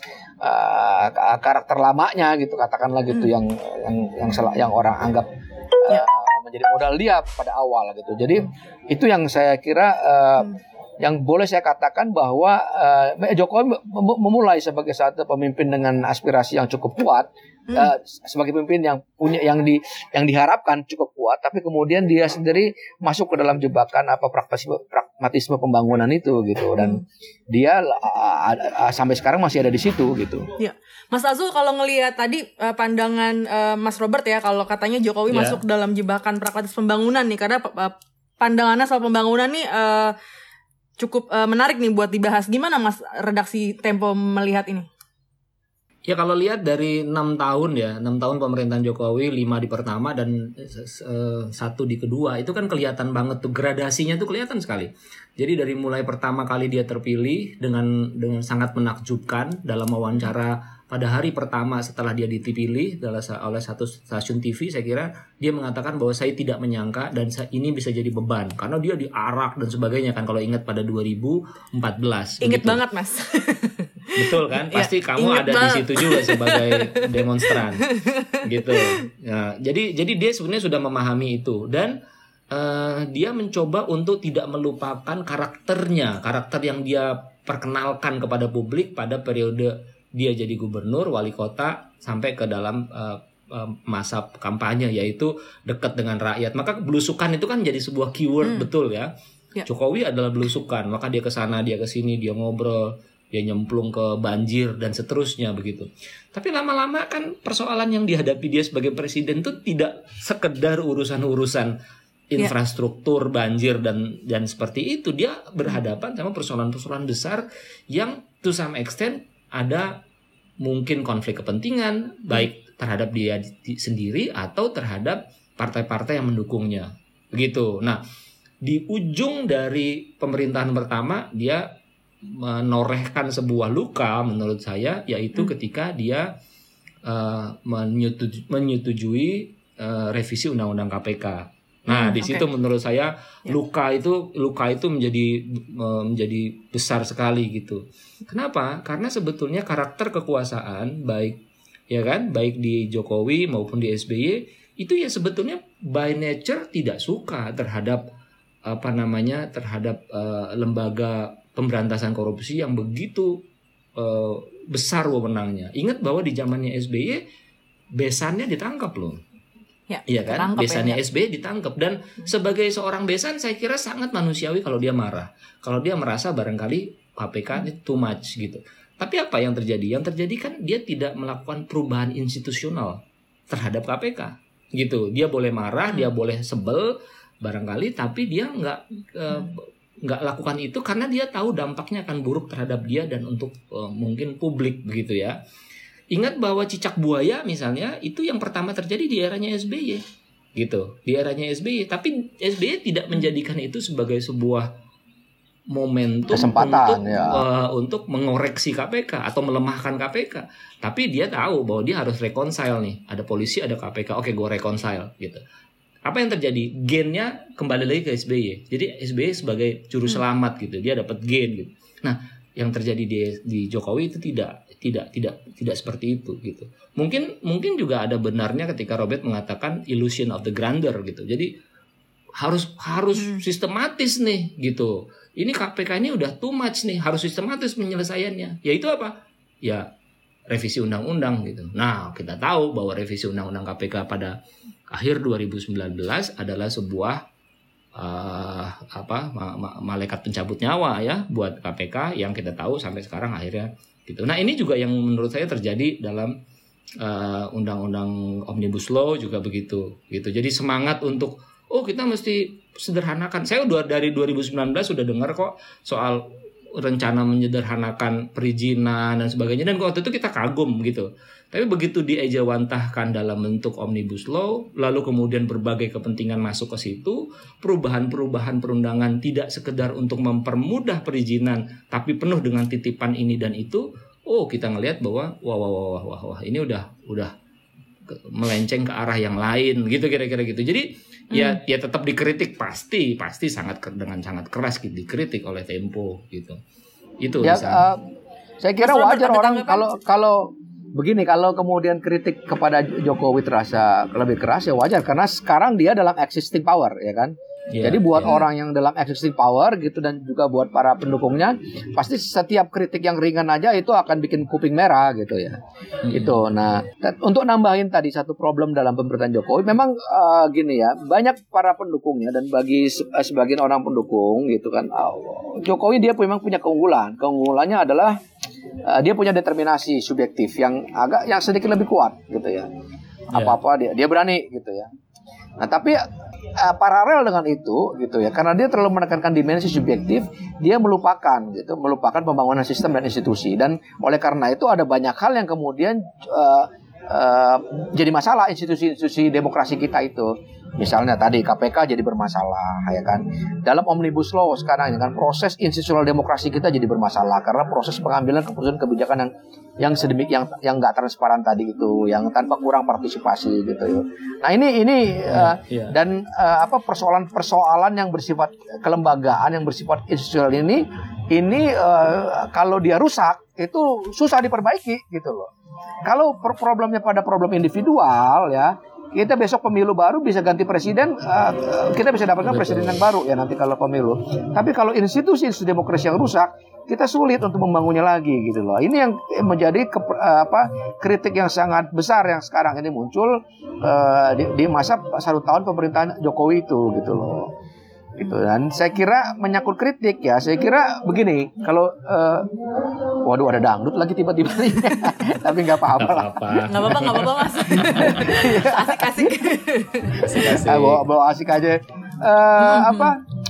uh, karakter lamanya gitu, katakanlah gitu, hmm. yang yang yang yang orang anggap uh, menjadi modal dia pada awal gitu. Jadi itu yang saya kira uh, hmm. yang boleh saya katakan bahwa uh, Jokowi memulai sebagai satu pemimpin dengan aspirasi yang cukup kuat, hmm. uh, sebagai pemimpin yang punya yang di yang diharapkan cukup kuat, tapi kemudian dia sendiri masuk ke dalam jebakan apa pragmatisme, pragmatisme pembangunan itu gitu, dan hmm. dia uh, uh, sampai sekarang masih ada di situ gitu. Ya. Mas Azul, kalau ngelihat tadi uh, pandangan uh, Mas Robert ya, kalau katanya Jokowi yeah. masuk dalam jebakan pragmatisme pembangunan nih, karena uh, pandangannya soal pembangunan nih uh, cukup uh, menarik nih buat dibahas. Gimana Mas redaksi Tempo melihat ini? Ya kalau lihat dari enam tahun ya, enam tahun pemerintahan Jokowi, lima di pertama dan uh, satu di kedua, itu kan kelihatan banget tuh gradasinya tuh kelihatan sekali. Jadi dari mulai pertama kali dia terpilih dengan dengan sangat menakjubkan dalam wawancara pada hari pertama setelah dia dipilih oleh satu stasiun T V, saya kira dia mengatakan bahwa saya tidak menyangka dan ini bisa jadi beban karena dia diarak dan sebagainya kan, kalau ingat pada dua ribu empat belas. Ingat banget Mas. Betul kan? Pasti ya, kamu ada banget di situ juga sebagai demonstran. Gitu. Nah, jadi jadi dia sebenarnya sudah memahami itu dan uh, dia mencoba untuk tidak melupakan karakternya, karakter yang dia perkenalkan kepada publik pada periode dia jadi gubernur, wali kota sampai ke dalam uh, uh, masa kampanye, yaitu dekat dengan rakyat. Maka belusukan itu kan jadi sebuah keyword, hmm. betul ya. Ya. Jokowi adalah belusukan, maka dia ke sana, dia ke sini, dia ngobrol, dia nyemplung ke banjir dan seterusnya begitu. Tapi lama-lama kan persoalan yang dihadapi dia sebagai presiden itu tidak sekedar urusan-urusan infrastruktur, banjir dan dan seperti itu. Dia berhadapan sama persoalan-persoalan besar yang to some extent ada mungkin konflik kepentingan baik terhadap dia di, sendiri atau terhadap partai-partai yang mendukungnya. Begitu. Nah, di ujung dari pemerintahan pertama dia menorehkan sebuah luka menurut saya, yaitu hmm. ketika dia uh, menyetujui, menyetujui uh, revisi undang-undang K P K. Nah, hmm, di situ okay. menurut saya luka itu luka itu menjadi menjadi besar sekali gitu. Kenapa? Karena sebetulnya karakter kekuasaan baik ya kan, baik di Jokowi maupun di S B Y itu ya sebetulnya by nature tidak suka terhadap apa namanya terhadap uh, lembaga pemberantasan korupsi yang begitu uh, besar wewenangnya. Ingat bahwa di zamannya S B Y besannya ditangkap loh. Ya, iya kan, besannya ya. S B Y ditangkap dan hmm. sebagai seorang besan saya kira sangat manusiawi kalau dia marah, kalau dia merasa barangkali K P K ini too much gitu. Tapi apa yang terjadi? Yang terjadi kan dia tidak melakukan perubahan institusional terhadap K P K gitu. Dia boleh marah, hmm. dia boleh sebel barangkali, tapi dia nggak uh, nggak lakukan itu karena dia tahu dampaknya akan buruk terhadap dia dan untuk uh, mungkin publik begitu ya. Ingat bahwa cicak buaya misalnya itu yang pertama terjadi di eranya S B Y gitu, di eranya S B Y. Tapi S B Y tidak menjadikan itu sebagai sebuah momentum untuk ya. uh, untuk mengoreksi K P K atau melemahkan K P K. Tapi dia tahu bahwa dia harus reconcile nih. Ada polisi, ada K P K. Oke, gue reconcile gitu. Apa yang terjadi? Gainnya kembali lagi ke S B Y. Jadi S B Y sebagai juru selamat gitu. Dia dapat gain gitu. Nah, yang terjadi di di Jokowi itu tidak tidak tidak tidak seperti itu gitu. Mungkin mungkin juga ada benarnya ketika Robert mengatakan illusion of the grandeur gitu. Jadi harus harus hmm. sistematis nih gitu. Ini K P K ini udah too much nih, harus sistematis penyelesaiannya. Yaitu apa? Ya revisi undang-undang gitu. Nah, kita tahu bahwa revisi undang-undang K P K pada akhir dua ribu sembilan belas adalah sebuah Uh, apa ma- ma- malaikat pencabut nyawa ya buat K P K yang kita tahu sampai sekarang akhirnya gitu. Nah, ini juga yang menurut saya terjadi dalam uh, undang-undang Omnibus Law juga begitu gitu. Jadi semangat untuk oh kita mesti sederhanakan. Saya udah dari dua ribu sembilan belas sudah dengar kok soal rencana menyederhanakan perizinan dan sebagainya, dan waktu itu kita kagum gitu. Tapi begitu diejawantahkan dalam bentuk Omnibus Law, lalu kemudian berbagai kepentingan masuk ke situ, perubahan-perubahan perundangan tidak sekedar untuk mempermudah perizinan, tapi penuh dengan titipan ini dan itu, oh kita ngelihat bahwa wah wah wah wah wah, wah ini udah udah melenceng ke arah yang lain gitu kira-kira gitu. Jadi hmm. ya ya tetap dikritik pasti pasti sangat dengan sangat keras gitu, dikritik oleh Tempo gitu. Itu ya, uh, saya kira Mas wajar orang kalau kalau begini, kalau kemudian kritik kepada Jokowi terasa lebih keras ya wajar karena sekarang dia dalam existing power ya kan. Yeah, Jadi buat yeah. orang yang dalam existing power gitu dan juga buat para pendukungnya pasti setiap kritik yang ringan aja itu akan bikin kuping merah gitu ya. Hmm. Itu. Nah, untuk nambahin tadi satu problem dalam pemerintahan Jokowi memang uh, gini ya, banyak para pendukungnya dan bagi uh, sebagian orang pendukung gitu kan, uh, Jokowi dia memang punya keunggulan. Keunggulannya adalah uh, dia punya determinasi subjektif yang agak yang sedikit lebih kuat gitu ya. Apa-apa dia dia berani gitu ya. Nah, tapi uh, paralel dengan itu gitu ya, karena dia terlalu menekankan dimensi subjektif, dia melupakan gitu, melupakan pembangunan sistem dan institusi, dan oleh karena itu ada banyak hal yang kemudian uh, uh, jadi masalah institusi-institusi demokrasi kita itu. Misalnya tadi K P K jadi bermasalah ya kan. Dalam Omnibus Law sekarang kan proses institusional demokrasi kita jadi bermasalah karena proses pengambilan keputusan kebijakan yang yang sedemikian yang yang enggak transparan tadi itu, yang tanpa kurang partisipasi gitu ya. Nah, ini ini uh, yeah. dan uh, apa persoalan-persoalan yang bersifat kelembagaan yang bersifat institusional ini ini uh, kalau dia rusak itu susah diperbaiki gitu loh. Kalau problemnya pada problem individual ya, kita besok pemilu baru bisa ganti presiden, uh, kita bisa dapatkan presiden yang baru ya nanti kalau pemilu. Tapi kalau institusi-institusi demokrasi yang rusak, kita sulit untuk membangunnya lagi gitu loh. Ini yang menjadi ke, uh, apa kritik yang sangat besar yang sekarang ini muncul uh, di, di masa satu tahun pemerintahan Jokowi itu gitu loh. Gitu. Dan saya kira menyangkut kritik ya, saya kira begini, kalau uh, waduh ada dangdut lagi tiba-tiba nih. Tapi nggak apa-apa lah. Nggak apa-apa, nggak apa-apa mas. Asik-asik. Asik-asik. Ah, bawa, bawa asik aja. Uh, apa?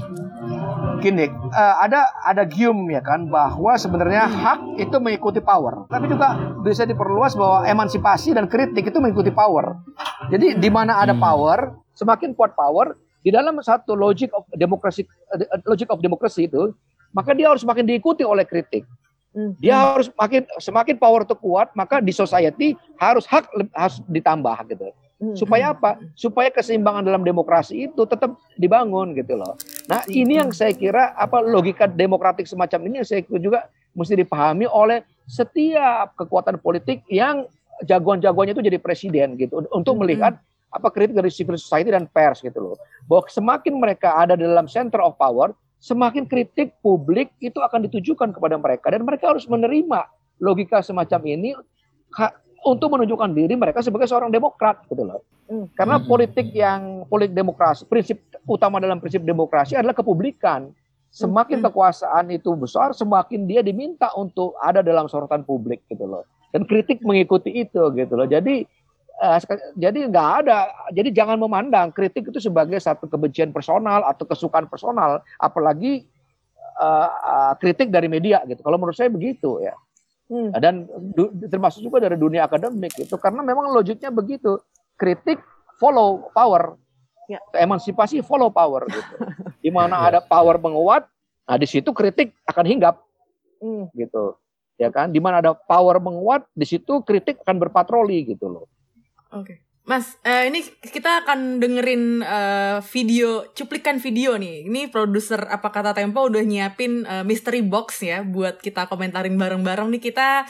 Gini, uh, ada ada gium ya kan bahwa sebenarnya hak itu mengikuti power, tapi juga bisa diperluas bahwa emansipasi dan kritik itu mengikuti power. Jadi di mana ada power, semakin kuat power di dalam satu logic of demokrasi, logic of demokrasi itu, maka dia harus semakin diikuti oleh kritik. Dia hmm. harus makin semakin power itu kuat, maka di society harus hak harus ditambah gitu. Hmm. Supaya apa? Supaya keseimbangan dalam demokrasi itu tetap dibangun gitu loh. Nah, ini yang saya kira apa logika demokratik semacam ini yang saya kira juga mesti dipahami oleh setiap kekuatan politik yang jagoan-jagoannya itu jadi presiden gitu untuk hmm. melihat apa kritik dari civil society dan pers gitu loh. Bahwa semakin mereka ada dalam center of power, semakin kritik publik itu akan ditujukan kepada mereka dan mereka harus menerima logika semacam ini ha, untuk menunjukkan diri mereka sebagai seorang demokrat gitu loh. Hmm. Karena politik yang politik demokrasi, prinsip utama dalam prinsip demokrasi adalah kepublikan. Semakin hmm. kekuasaan itu besar, semakin dia diminta untuk ada dalam sorotan publik gitu loh. Dan kritik mengikuti itu gitu loh. Jadi Uh, jadi nggak ada, jadi jangan memandang kritik itu sebagai satu kebencian personal atau kesukaan personal, apalagi uh, uh, kritik dari media gitu. Kalau menurut saya begitu ya, hmm. dan du, termasuk juga dari dunia akademik itu, karena memang logiknya begitu, kritik follow power, ya. Emansipasi follow power gitu. Di mana ada power menguat, nah di situ kritik akan hinggap, hmm. gitu, ya kan? Di mana ada power menguat, di situ kritik akan berpatroli gitu loh. Oke, Mas, uh, ini kita akan dengerin uh, video, cuplikan video nih. Ini produser Apa Kata Tempo udah nyiapin uh, mystery box ya buat kita komentarin bareng-bareng nih. Kita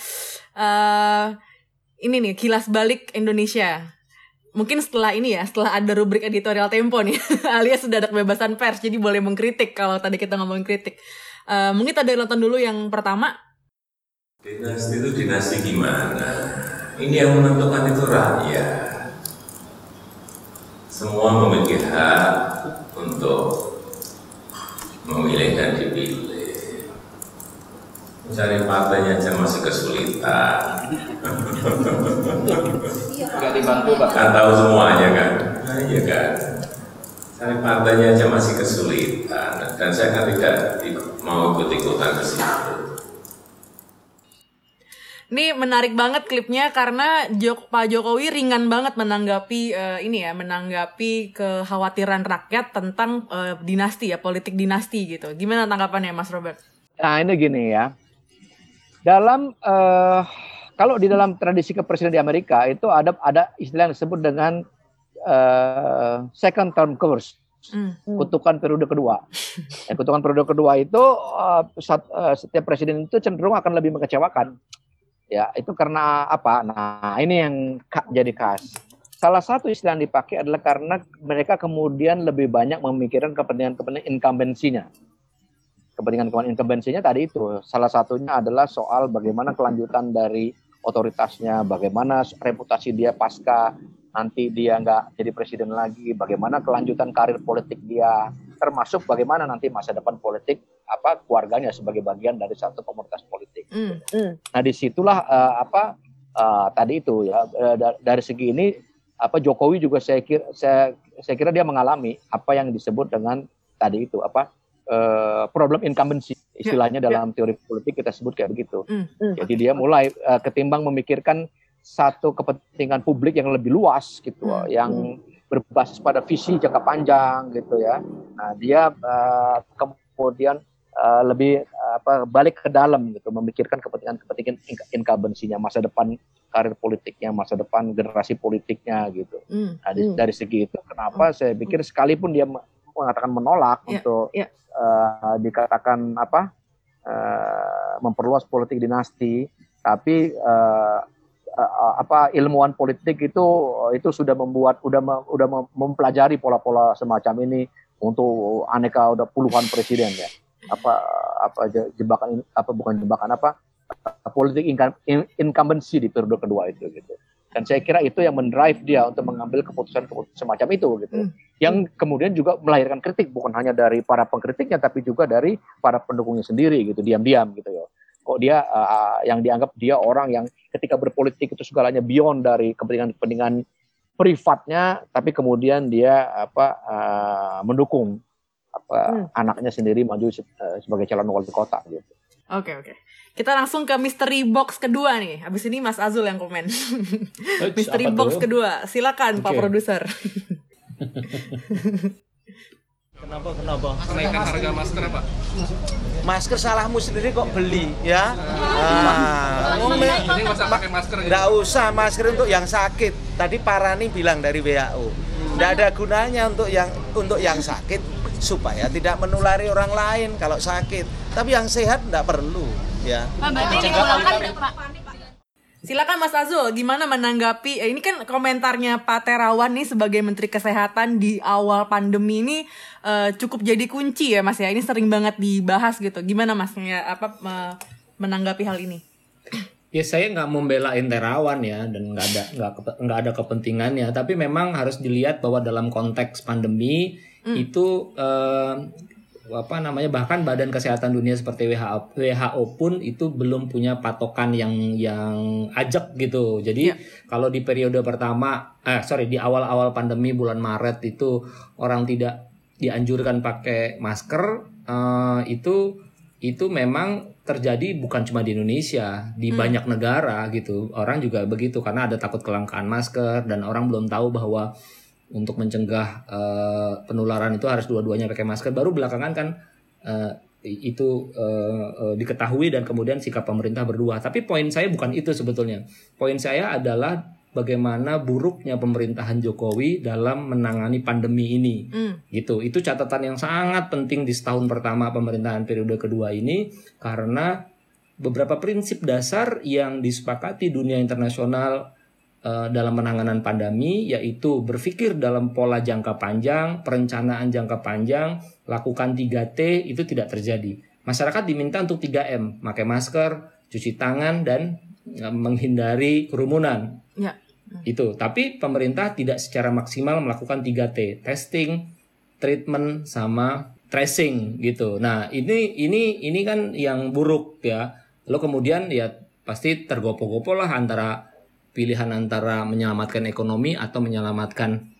uh, ini nih kilas balik Indonesia. Mungkin setelah ini ya, setelah ada rubrik editorial Tempo nih, alias sudah ada kebebasan pers, jadi boleh mengkritik kalau tadi kita ngomongin kritik. Uh, mungkin kita nonton dulu yang pertama. Dinasti itu dinasti gimana? Ini yang menentukan itu rakyat. Semua memiliki hak untuk memilih dan dipilih. Mencari partainya aja masih kesulitan. Gak dibantu Pak. Kan tahu semuanya kan? Nah, iya kan. Cari partainya aja masih kesulitan. Dan saya kan tidak mau ikut-ikutan ke situ. Ini menarik banget klipnya karena Jok, Pak Jokowi ringan banget menanggapi uh, ini ya, menanggapi kekhawatiran rakyat tentang uh, dinasti ya, politik dinasti gitu. Gimana tanggapannya Mas Robert? Nah ini gini ya, dalam uh, kalau di dalam tradisi kepresidenan di Amerika itu ada ada istilah yang disebut dengan uh, second term curse. Hmm. Kutukan periode kedua. Ya, kutukan periode kedua itu uh, saat, uh, setiap presiden itu cenderung akan lebih mengecewakan. Ya, itu karena apa? Nah, ini yang jadi khas. Salah satu istilah yang dipakai adalah karena mereka kemudian lebih banyak memikirkan kepentingan-kepentingan inkambensinya. Kepentingan-kepentingan inkambensinya tadi itu. Salah satunya adalah soal bagaimana kelanjutan dari otoritasnya, bagaimana reputasi dia pasca nanti dia nggak jadi presiden lagi, bagaimana kelanjutan karir politik dia, termasuk bagaimana nanti masa depan politik apa keluarganya sebagai bagian dari satu komunitas politik. Mm, mm. Nah disitulah uh, apa uh, tadi itu ya uh, dari segi ini apa Jokowi juga saya kira saya, saya kira dia mengalami apa yang disebut dengan tadi itu apa uh, problem incumbency istilahnya yeah, dalam yeah. teori politik kita sebut kayak begitu. Mm, mm. Jadi dia mulai uh, ketimbang memikirkan satu kepentingan publik yang lebih luas gitu, hmm. yang berbasis pada visi jangka panjang gitu ya. Nah, dia uh, kemudian uh, lebih uh, apa balik ke dalam gitu, memikirkan kepentingan-kepentingan inkambensinya, masa depan karir politiknya, masa depan generasi politiknya gitu. Hmm. Nah, di, dari segi itu kenapa hmm. saya pikir sekalipun dia mengatakan menolak yeah. untuk yeah. Uh, dikatakan apa? uh, memperluas politik dinasti, tapi uh, uh, apa ilmuwan politik itu itu sudah membuat udah udah mempelajari pola-pola semacam ini untuk aneka udah puluhan presiden ya. Apa apa jebakan apa bukan jebakan apa politik incumbency di periode kedua itu gitu. Dan saya kira itu yang mendrive dia untuk mengambil keputusan-keputusan semacam itu gitu. Hmm. Yang kemudian juga melahirkan kritik bukan hanya dari para pengkritiknya tapi juga dari para pendukungnya sendiri gitu, diam-diam gitu ya. Kok dia uh, yang dianggap dia orang yang ketika berpolitik itu segalanya beyond dari kepentingan-kepentingan privatnya, tapi kemudian dia apa uh, mendukung apa hmm. anaknya sendiri maju uh, sebagai calon wali kota gitu. Oke, oke. Kita langsung ke mystery box kedua nih. Habis ini Mas Azul yang komen. Mystery box tuh? Kedua. Silakan okay. Pak produser. Kenapa kenapa? Kenaikan harga masker apa? Masker salahmu sendiri kok beli ya. Nah, ini masa pakai masker gitu? Nggak usah masker untuk yang sakit. Tadi Parani bilang dari W H O. Nggak ada gunanya untuk yang untuk yang sakit supaya tidak menulari orang lain kalau sakit. Tapi yang sehat nggak perlu ya. Pak, berarti dipulangkan nggak, Pak? Silakan Mas Azul, gimana menanggapi ini kan komentarnya Pak Terawan nih sebagai Menteri Kesehatan di awal pandemi ini uh, cukup jadi kunci ya Mas ya. Ini sering banget dibahas gitu. Gimana Masnya apa uh, menanggapi hal ini? Ya saya nggak membelain Terawan ya dan nggak ada nggak nggak ada kepentingannya. Tapi memang harus dilihat bahwa dalam konteks pandemi hmm. itu uh, apa namanya bahkan Badan Kesehatan Dunia seperti W H O pun itu belum punya patokan yang yang ajak gitu. Jadi yeah. kalau di periode pertama, eh sorry di awal-awal pandemi bulan Maret itu orang tidak dianjurkan pakai masker, uh, itu itu memang terjadi bukan cuma di Indonesia, di hmm. banyak negara gitu. Orang juga begitu karena ada takut kelangkaan masker dan orang belum tahu bahwa untuk mencegah uh, penularan itu harus dua-duanya pakai masker. Baru belakangan kan uh, itu uh, uh, diketahui dan kemudian sikap pemerintah berubah. Tapi poin saya bukan itu sebetulnya. Poin saya adalah bagaimana buruknya pemerintahan Jokowi dalam menangani pandemi ini. Mm. Gitu. Itu catatan yang sangat penting di setahun pertama pemerintahan periode kedua ini karena beberapa prinsip dasar yang disepakati dunia internasional dalam penanganan pandemi, yaitu berpikir dalam pola jangka panjang, perencanaan jangka panjang, lakukan tiga T, itu tidak terjadi. Masyarakat diminta untuk tiga M, pakai masker, cuci tangan, dan menghindari kerumunan. Ya. Itu. Tapi pemerintah tidak secara maksimal melakukan tiga T, testing, treatment, sama tracing gitu. Nah, ini ini ini kan yang buruk ya. Lalu kemudian ya pasti tergopoh-gopoh lah antara pilihan antara menyelamatkan ekonomi atau menyelamatkan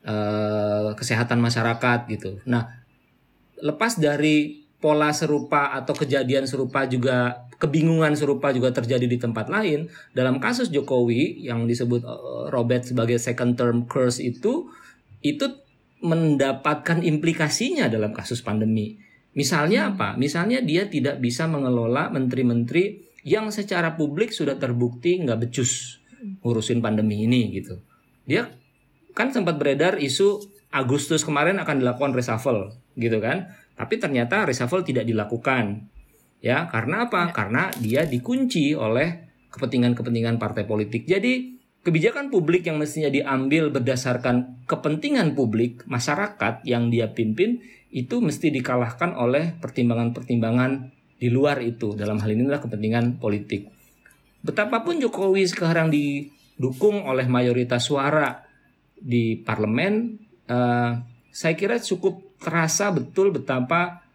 uh, kesehatan masyarakat gitu. Nah, lepas dari pola serupa atau kejadian serupa juga, kebingungan serupa juga terjadi di tempat lain. Dalam kasus Jokowi yang disebut uh, Robert sebagai second term curse itu, itu mendapatkan implikasinya dalam kasus pandemi. Misalnya apa? Misalnya dia tidak bisa mengelola menteri-menteri yang secara publik sudah terbukti nggak becus ngurusin pandemi ini gitu. Dia kan sempat beredar isu Agustus kemarin akan dilakukan reshuffle gitu kan. Tapi ternyata reshuffle tidak dilakukan. Ya, karena apa? Ya. Karena dia dikunci oleh kepentingan-kepentingan partai politik. Jadi kebijakan publik yang mestinya diambil berdasarkan kepentingan publik masyarakat yang dia pimpin itu mesti dikalahkan oleh pertimbangan-pertimbangan di luar itu. Dalam hal ini adalah kepentingan politik. Betapapun Jokowi sekarang didukung oleh mayoritas suara di parlemen, uh, saya kira cukup terasa betul betapa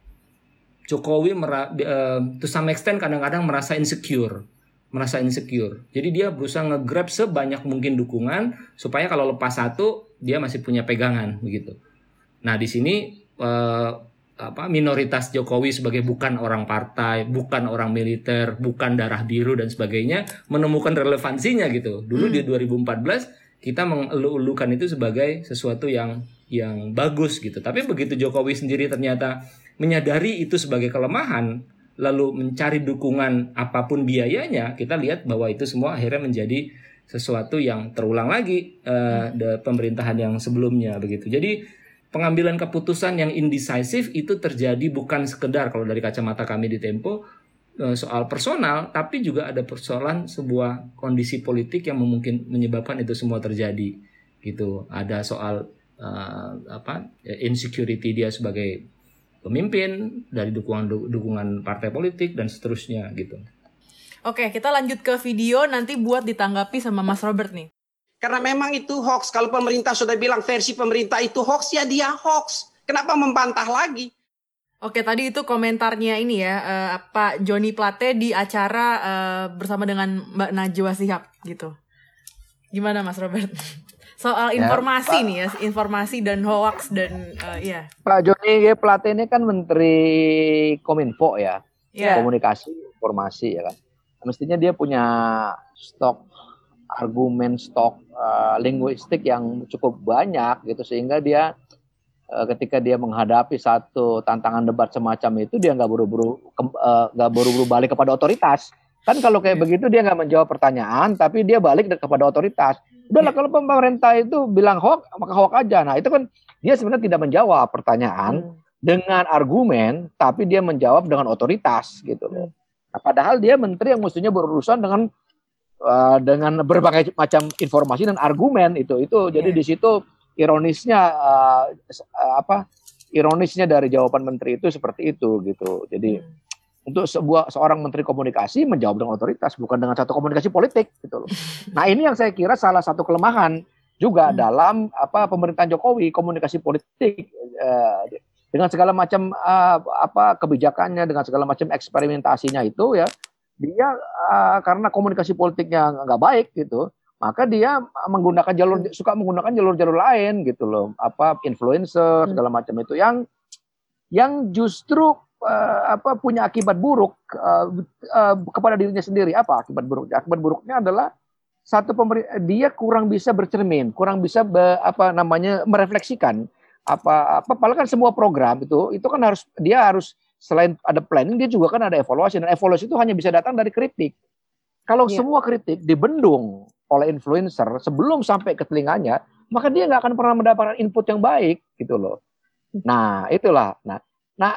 Jokowi mera- uh, to some extent kadang-kadang merasa insecure, merasa insecure. Jadi dia berusaha nge-grab sebanyak mungkin dukungan supaya kalau lepas satu dia masih punya pegangan begitu. Nah di sini uh, apa minoritas Jokowi sebagai bukan orang partai, bukan orang militer, bukan darah biru dan sebagainya menemukan relevansinya gitu. Dulu hmm. di dua ribu empat belas kita mengelu-elukan itu sebagai sesuatu yang yang bagus gitu. Tapi begitu Jokowi sendiri ternyata menyadari itu sebagai kelemahan, lalu mencari dukungan apapun biayanya, kita lihat bahwa itu semua akhirnya menjadi sesuatu yang terulang lagi uh, hmm. pemerintahan yang sebelumnya begitu. Jadi pengambilan keputusan yang indecisive itu terjadi bukan sekedar kalau dari kacamata kami di Tempo soal personal, tapi juga ada persoalan sebuah kondisi politik yang mungkin menyebabkan itu semua terjadi gitu. Ada soal uh, apa insecurity dia sebagai pemimpin dari dukungan dukungan partai politik dan seterusnya gitu. Oke, kita lanjut ke video nanti buat ditanggapi sama Mas Robert nih. Karena memang itu hoax. Kalau pemerintah sudah bilang versi pemerintah itu hoax, ya dia hoax. Kenapa membantah lagi? Oke, tadi itu komentarnya ini ya, uh, Pak Joni Plate di acara uh, bersama dengan Mbak Najwa Shihab gitu. Gimana Mas Robert? Soal informasi ya, nih ya, informasi dan hoax dan uh, ya. Pak Joni Plate ini kan Menteri Kominfo ya, yeah. Komunikasi, informasi ya kan. Mestinya dia punya stok argumen, stok uh, linguistik yang cukup banyak gitu sehingga dia ketika dia menghadapi satu tantangan debat semacam itu dia nggak buru-buru nggak uh, buru-buru balik kepada otoritas. Kan kalau kayak yeah. begitu dia nggak menjawab pertanyaan tapi dia balik kepada otoritas. Udahlah yeah. kalau pemerintah itu bilang hoax maka hoax aja. Nah itu kan dia sebenarnya tidak menjawab pertanyaan hmm. dengan argumen tapi dia menjawab dengan otoritas gitu loh. Nah, padahal dia menteri yang mestinya berurusan dengan uh, dengan berbagai macam informasi dan argumen itu itu. Jadi yeah. di situ ironisnya uh, apa ironisnya dari jawaban menteri itu seperti itu gitu. Jadi hmm. untuk sebuah seorang menteri komunikasi menjawab dengan otoritas bukan dengan satu komunikasi politik gitu loh. Nah, ini yang saya kira salah satu kelemahan juga hmm. dalam apa pemerintahan Jokowi, komunikasi politik uh, dengan segala macam uh, apa kebijakannya, dengan segala macam eksperimentasinya itu ya. Dia uh, karena komunikasi politiknya nggak baik gitu. Maka dia menggunakan jalur suka menggunakan jalur-jalur lain gitu loh, apa influencer segala macam itu yang yang justru uh, apa punya akibat buruk uh, uh, kepada dirinya sendiri. Apa akibat buruknya? Akibat buruknya adalah satu pemerintah dia kurang bisa bercermin, kurang bisa be, apa namanya merefleksikan apa apa padahal kan semua program itu itu kan harus dia harus selain ada planning dia juga kan ada evaluasi dan evaluasi itu hanya bisa datang dari kritik. Kalau yeah. semua kritik dibendung oleh influencer sebelum sampai ke telinganya, maka dia nggak akan pernah mendapatkan input yang baik gitu loh. Nah itulah. Nah, nah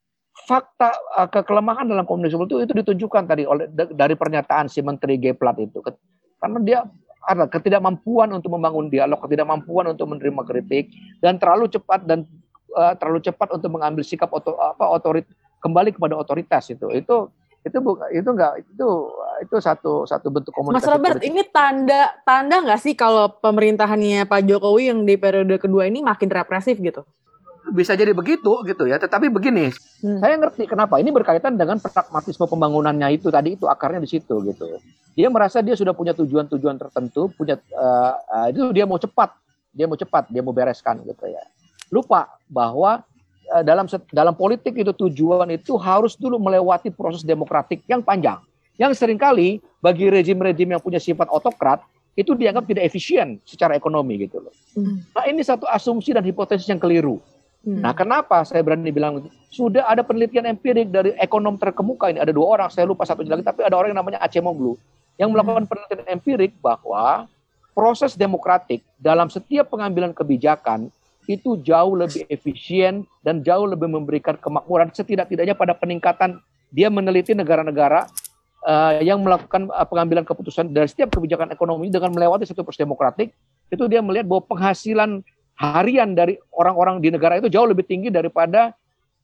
fakta uh, kekelemahan dalam komunikasi itu itu ditunjukkan tadi oleh dari pernyataan si Menteri G-Plat itu, karena dia ada ketidakmampuan untuk membangun dialog, ketidakmampuan untuk menerima kritik dan terlalu cepat dan uh, terlalu cepat untuk mengambil sikap otor, apa otorit kembali kepada otoritas itu. Itu itu bukan itu enggak itu itu satu satu bentuk komunikasi. Mas Robert, politik. Ini tanda tanda nggak sih kalau pemerintahannya Pak Jokowi yang di periode kedua ini makin represif gitu? Bisa jadi begitu gitu ya. Tetapi begini, hmm. saya ngerti kenapa ini berkaitan dengan pragmatisme pembangunannya itu tadi itu akarnya di situ gitu. Dia merasa dia sudah punya tujuan-tujuan tertentu, punya uh, uh, itu dia mau cepat, dia mau cepat, dia mau bereskan gitu ya. Lupa bahwa dalam dalam politik itu tujuan itu harus dulu melewati proses demokratik yang panjang. Yang seringkali bagi rezim-rezim yang punya sifat otokrat itu dianggap tidak efisien secara ekonomi gitu loh. Hmm. Nah, ini satu asumsi dan hipotesis yang keliru. Hmm. Nah, kenapa saya berani bilang sudah ada penelitian empirik dari ekonom terkemuka ini, ada dua orang, saya lupa satunya lagi, tapi ada orang yang namanya Acemoglu yang melakukan penelitian empirik bahwa proses demokratik dalam setiap pengambilan kebijakan itu jauh lebih efisien dan jauh lebih memberikan kemakmuran setidak-tidaknya pada peningkatan. Dia meneliti negara-negara uh, yang melakukan uh, pengambilan keputusan dari setiap kebijakan ekonomi dengan melewati satu proses demokratik, itu dia melihat bahwa penghasilan harian dari orang-orang di negara itu jauh lebih tinggi daripada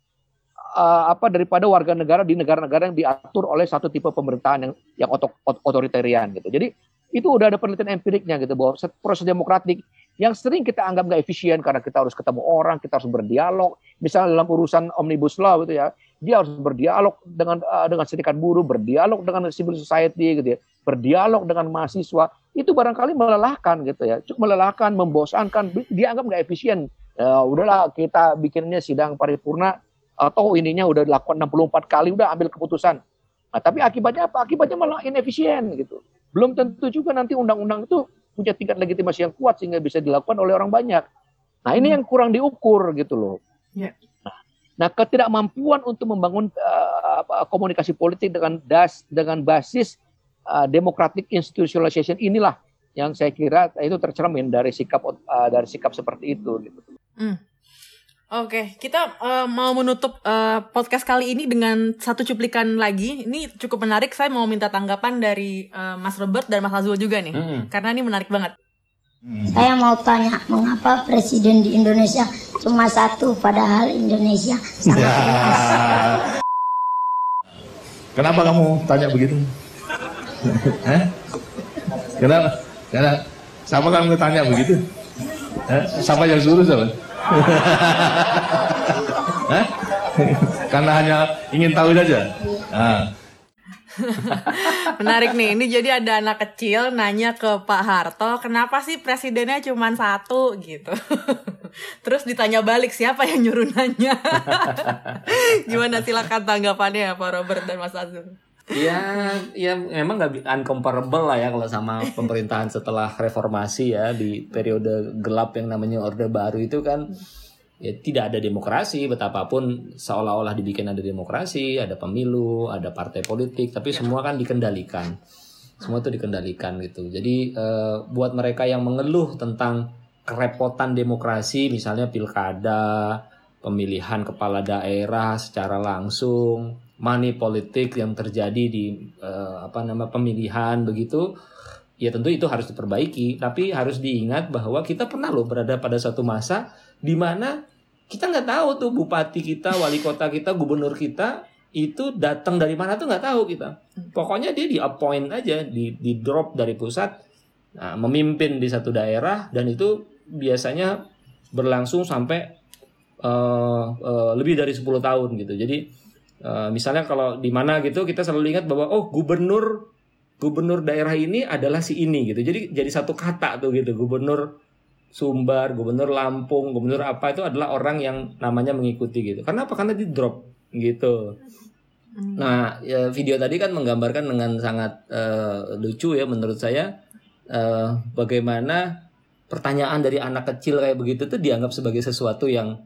uh, apa daripada warga negara di negara-negara yang diatur oleh satu tipe pemerintahan yang yang otoritarian gitu. Jadi itu udah ada penelitian empiriknya gitu bahwa proses demokratik yang sering kita anggap nggak efisien karena kita harus ketemu orang, kita harus berdialog. Misalnya dalam urusan omnibus law itu ya, dia harus berdialog dengan uh, dengan serikat buruh, berdialog dengan civil society gitu ya, berdialog dengan mahasiswa. Itu barangkali melelahkan gitu ya, cukup melelahkan, membosankan, dianggap nggak efisien. Ya, udahlah kita bikinnya sidang paripurna atau ininya udah dilakukan enam puluh empat kali, udah ambil keputusan. Nah, tapi akibatnya apa? Akibatnya malah inefisien gitu. Belum tentu juga nanti undang-undang itu punya tingkat legitimasi yang kuat sehingga bisa dilakukan oleh orang banyak. Nah ini hmm. yang kurang diukur gitu loh. Yeah. Nah, nah ketidakmampuan untuk membangun uh, komunikasi politik dengan das dengan basis uh, democratic institutionalization inilah yang saya kira itu tercermin dari sikap uh, dari sikap seperti itu. Gitu. Hmm. Oke, kita uh, mau menutup uh, podcast kali ini dengan satu cuplikan lagi. Ini cukup menarik. Saya mau minta tanggapan dari uh, Mas Robert dan Mas Azul juga nih, hmm. karena ini menarik banget. Hmm. Saya mau tanya, mengapa presiden di Indonesia cuma satu, padahal Indonesia sangat luas? Kenapa kamu tanya begitu? Hah? Kenapa? Kenapa? Siapa kamu tanya begitu? Hah? Siapa yang suruh siapa? Hah? Karena hanya ingin tahu saja. Nah. Menarik nih, ini jadi ada anak kecil nanya ke Pak Harto, kenapa sih presidennya cuma satu gitu. Terus ditanya balik, siapa yang nyuruh nanya? Gimana, silakan tanggapannya Pak Robert dan Mas Azul. Ya, ya memang nggak uncomparable lah ya kalau sama pemerintahan setelah reformasi ya, di periode gelap yang namanya Orde Baru itu kan ya tidak ada demokrasi, betapapun seolah-olah dibikin ada demokrasi, ada pemilu, ada partai politik, tapi ya. Semua kan dikendalikan, semua itu dikendalikan gitu. Jadi eh, buat mereka yang mengeluh tentang kerepotan demokrasi, misalnya pilkada, pemilihan kepala daerah secara langsung, money politik yang terjadi di uh, apa nama pemilihan begitu, ya tentu itu harus diperbaiki. Tapi harus diingat bahwa kita pernah loh berada pada suatu masa di mana kita nggak tahu tuh bupati kita, wali kota kita, gubernur kita itu datang dari mana tuh nggak tahu kita. Pokoknya dia di appoint aja, di di drop dari pusat, nah, memimpin di satu daerah, dan itu biasanya berlangsung sampai uh, uh, lebih dari sepuluh tahun gitu. Jadi Uh, misalnya kalau di mana gitu kita selalu ingat bahwa oh gubernur gubernur daerah ini adalah si ini gitu. Jadi jadi satu kata tuh gitu. Gubernur Sumbar, gubernur Lampung, gubernur apa itu adalah orang yang namanya mengikuti gitu. Karena apa? Karena di drop gitu. Nah, ya, video tadi kan menggambarkan dengan sangat uh, lucu ya menurut saya, uh, bagaimana pertanyaan dari anak kecil kayak begitu tuh dianggap sebagai sesuatu yang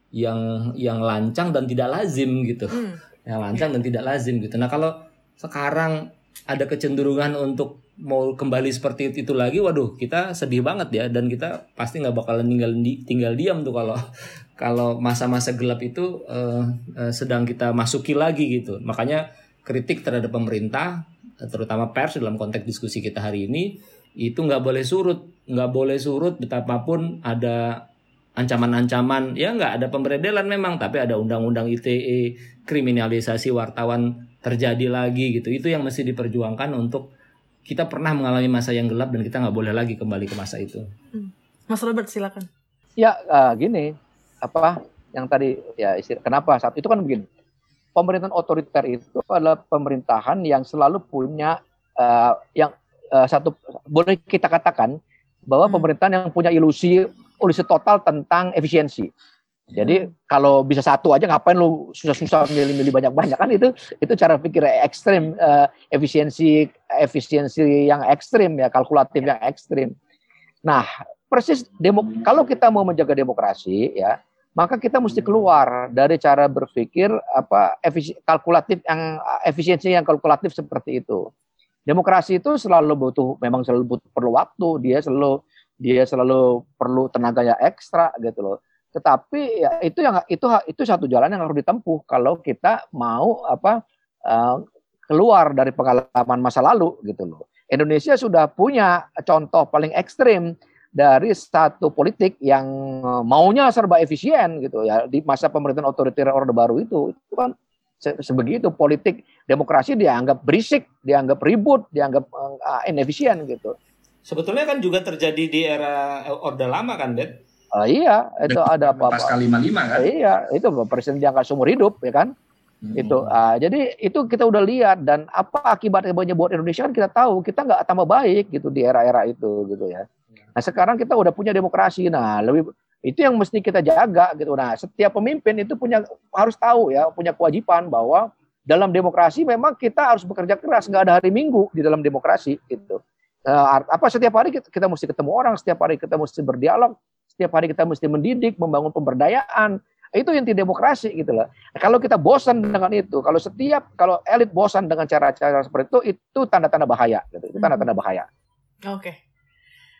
yang yang lancang dan tidak lazim gitu. Hmm. Yang lancang dan tidak lazim gitu. Nah, kalau sekarang ada kecenderungan untuk mau kembali seperti itu lagi, waduh, kita sedih banget ya, dan kita pasti nggak bakalan tinggal di, tinggal diam tuh kalau kalau masa-masa gelap itu uh, uh, sedang kita masuki lagi gitu. Makanya kritik terhadap pemerintah, terutama pers dalam konteks diskusi kita hari ini, itu nggak boleh surut, nggak boleh surut betapapun ada ancaman-ancaman. Ya nggak ada pemberedelan memang, tapi ada undang-undang I T E, kriminalisasi wartawan terjadi lagi gitu. Itu yang mesti diperjuangkan untuk kita pernah mengalami masa yang gelap dan kita nggak boleh lagi kembali ke masa itu. Mas Robert silakan. Ya uh, gini, apa yang tadi ya istilah, kenapa saat itu kan begini, pemerintahan otoriter itu adalah pemerintahan yang selalu punya uh, yang uh, satu boleh kita katakan bahwa hmm. pemerintahan yang punya ilusi ilusi total tentang efisiensi. Jadi hmm. kalau bisa satu aja ngapain lu susah-susah milih-milih banyak-banyak, kan itu itu cara pikir ekstrim, uh, efisiensi efisiensi yang ekstrim ya, kalkulatif yang ekstrim. Nah, persis demo, kalau kita mau menjaga demokrasi ya, maka kita mesti keluar dari cara berpikir apa efisi, kalkulatif yang efisiensi yang kalkulatif seperti itu. Demokrasi itu selalu butuh, memang selalu butuh perlu waktu, dia selalu dia selalu perlu tenaga yang ekstra gitu loh. Tetapi ya itu yang itu itu satu jalan yang harus ditempuh kalau kita mau apa uh, keluar dari pengalaman masa lalu gitu loh. Indonesia sudah punya contoh paling ekstrim dari satu politik yang maunya serba efisien gitu ya di masa pemerintahan otoriter Orde Baru itu. Itu kan sebegitu, politik demokrasi dianggap berisik, dianggap ribut, dianggap uh, inefisien gitu. Sebetulnya kan juga terjadi di era Orde Lama kan, Bet? Uh, iya, itu Dan ada apa-apa. Pasca lima puluh lima kan? Uh, iya, itu presiden diangkat seumur hidup, ya kan? Hmm. Itu, uh, jadi itu kita udah lihat, dan apa akibatnya buat Indonesia kan kita tahu, kita nggak tambah baik gitu di era-era itu, gitu ya. Nah sekarang kita udah punya demokrasi, nah lebih itu yang mesti kita jaga gitu. Nah setiap pemimpin itu punya harus tahu ya, punya kewajiban bahwa dalam demokrasi memang kita harus bekerja keras, nggak ada hari Minggu di dalam demokrasi gitu. Uh, apa setiap hari kita, kita mesti ketemu orang, setiap hari kita mesti berdialog, setiap hari kita mesti mendidik, membangun pemberdayaan. Itu inti demokrasi gitu loh. Nah, kalau kita bosan dengan itu, kalau setiap kalau elit bosan dengan cara-cara seperti itu, itu tanda-tanda bahaya gitu. Itu tanda-tanda bahaya. Oke. Okay.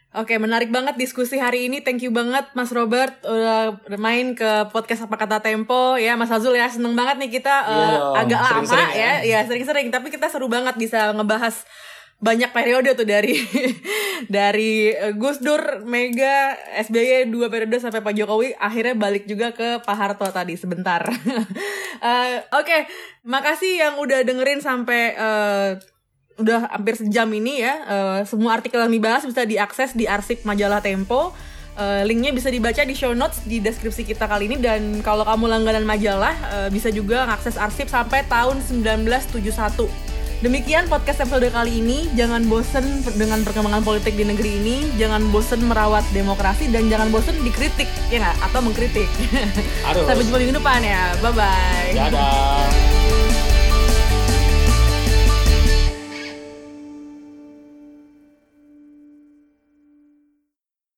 Oke, menarik banget diskusi hari ini. Thank you banget Mas Robert udah main ke podcast Apa Kata Tempo ya. Mas Azul ya, seneng banget nih kita uh, yeah, agak lama ya. Ya, sering-sering tapi kita seru banget bisa ngebahas banyak periode tuh dari dari Gus Dur, Mega, S B Y dua periode sampai Pak Jokowi, akhirnya balik juga ke Pak Harto tadi sebentar. uh, Oke, okay. Makasih yang udah dengerin sampai uh, udah hampir sejam ini ya. Uh, semua artikel yang dibahas bisa diakses di arsip majalah Tempo. Uh, linknya bisa dibaca di show notes di deskripsi kita kali ini. Dan kalau kamu langganan majalah uh, bisa juga ngakses arsip sampai tahun sembilan belas tujuh puluh satu. Demikian podcast episode kali ini. Jangan bosen dengan perkembangan politik di negeri ini. Jangan bosen merawat demokrasi. Dan jangan bosen dikritik, ya nggak? Atau mengkritik. Sampai jumpa minggu depan ya. Bye-bye. Dadah.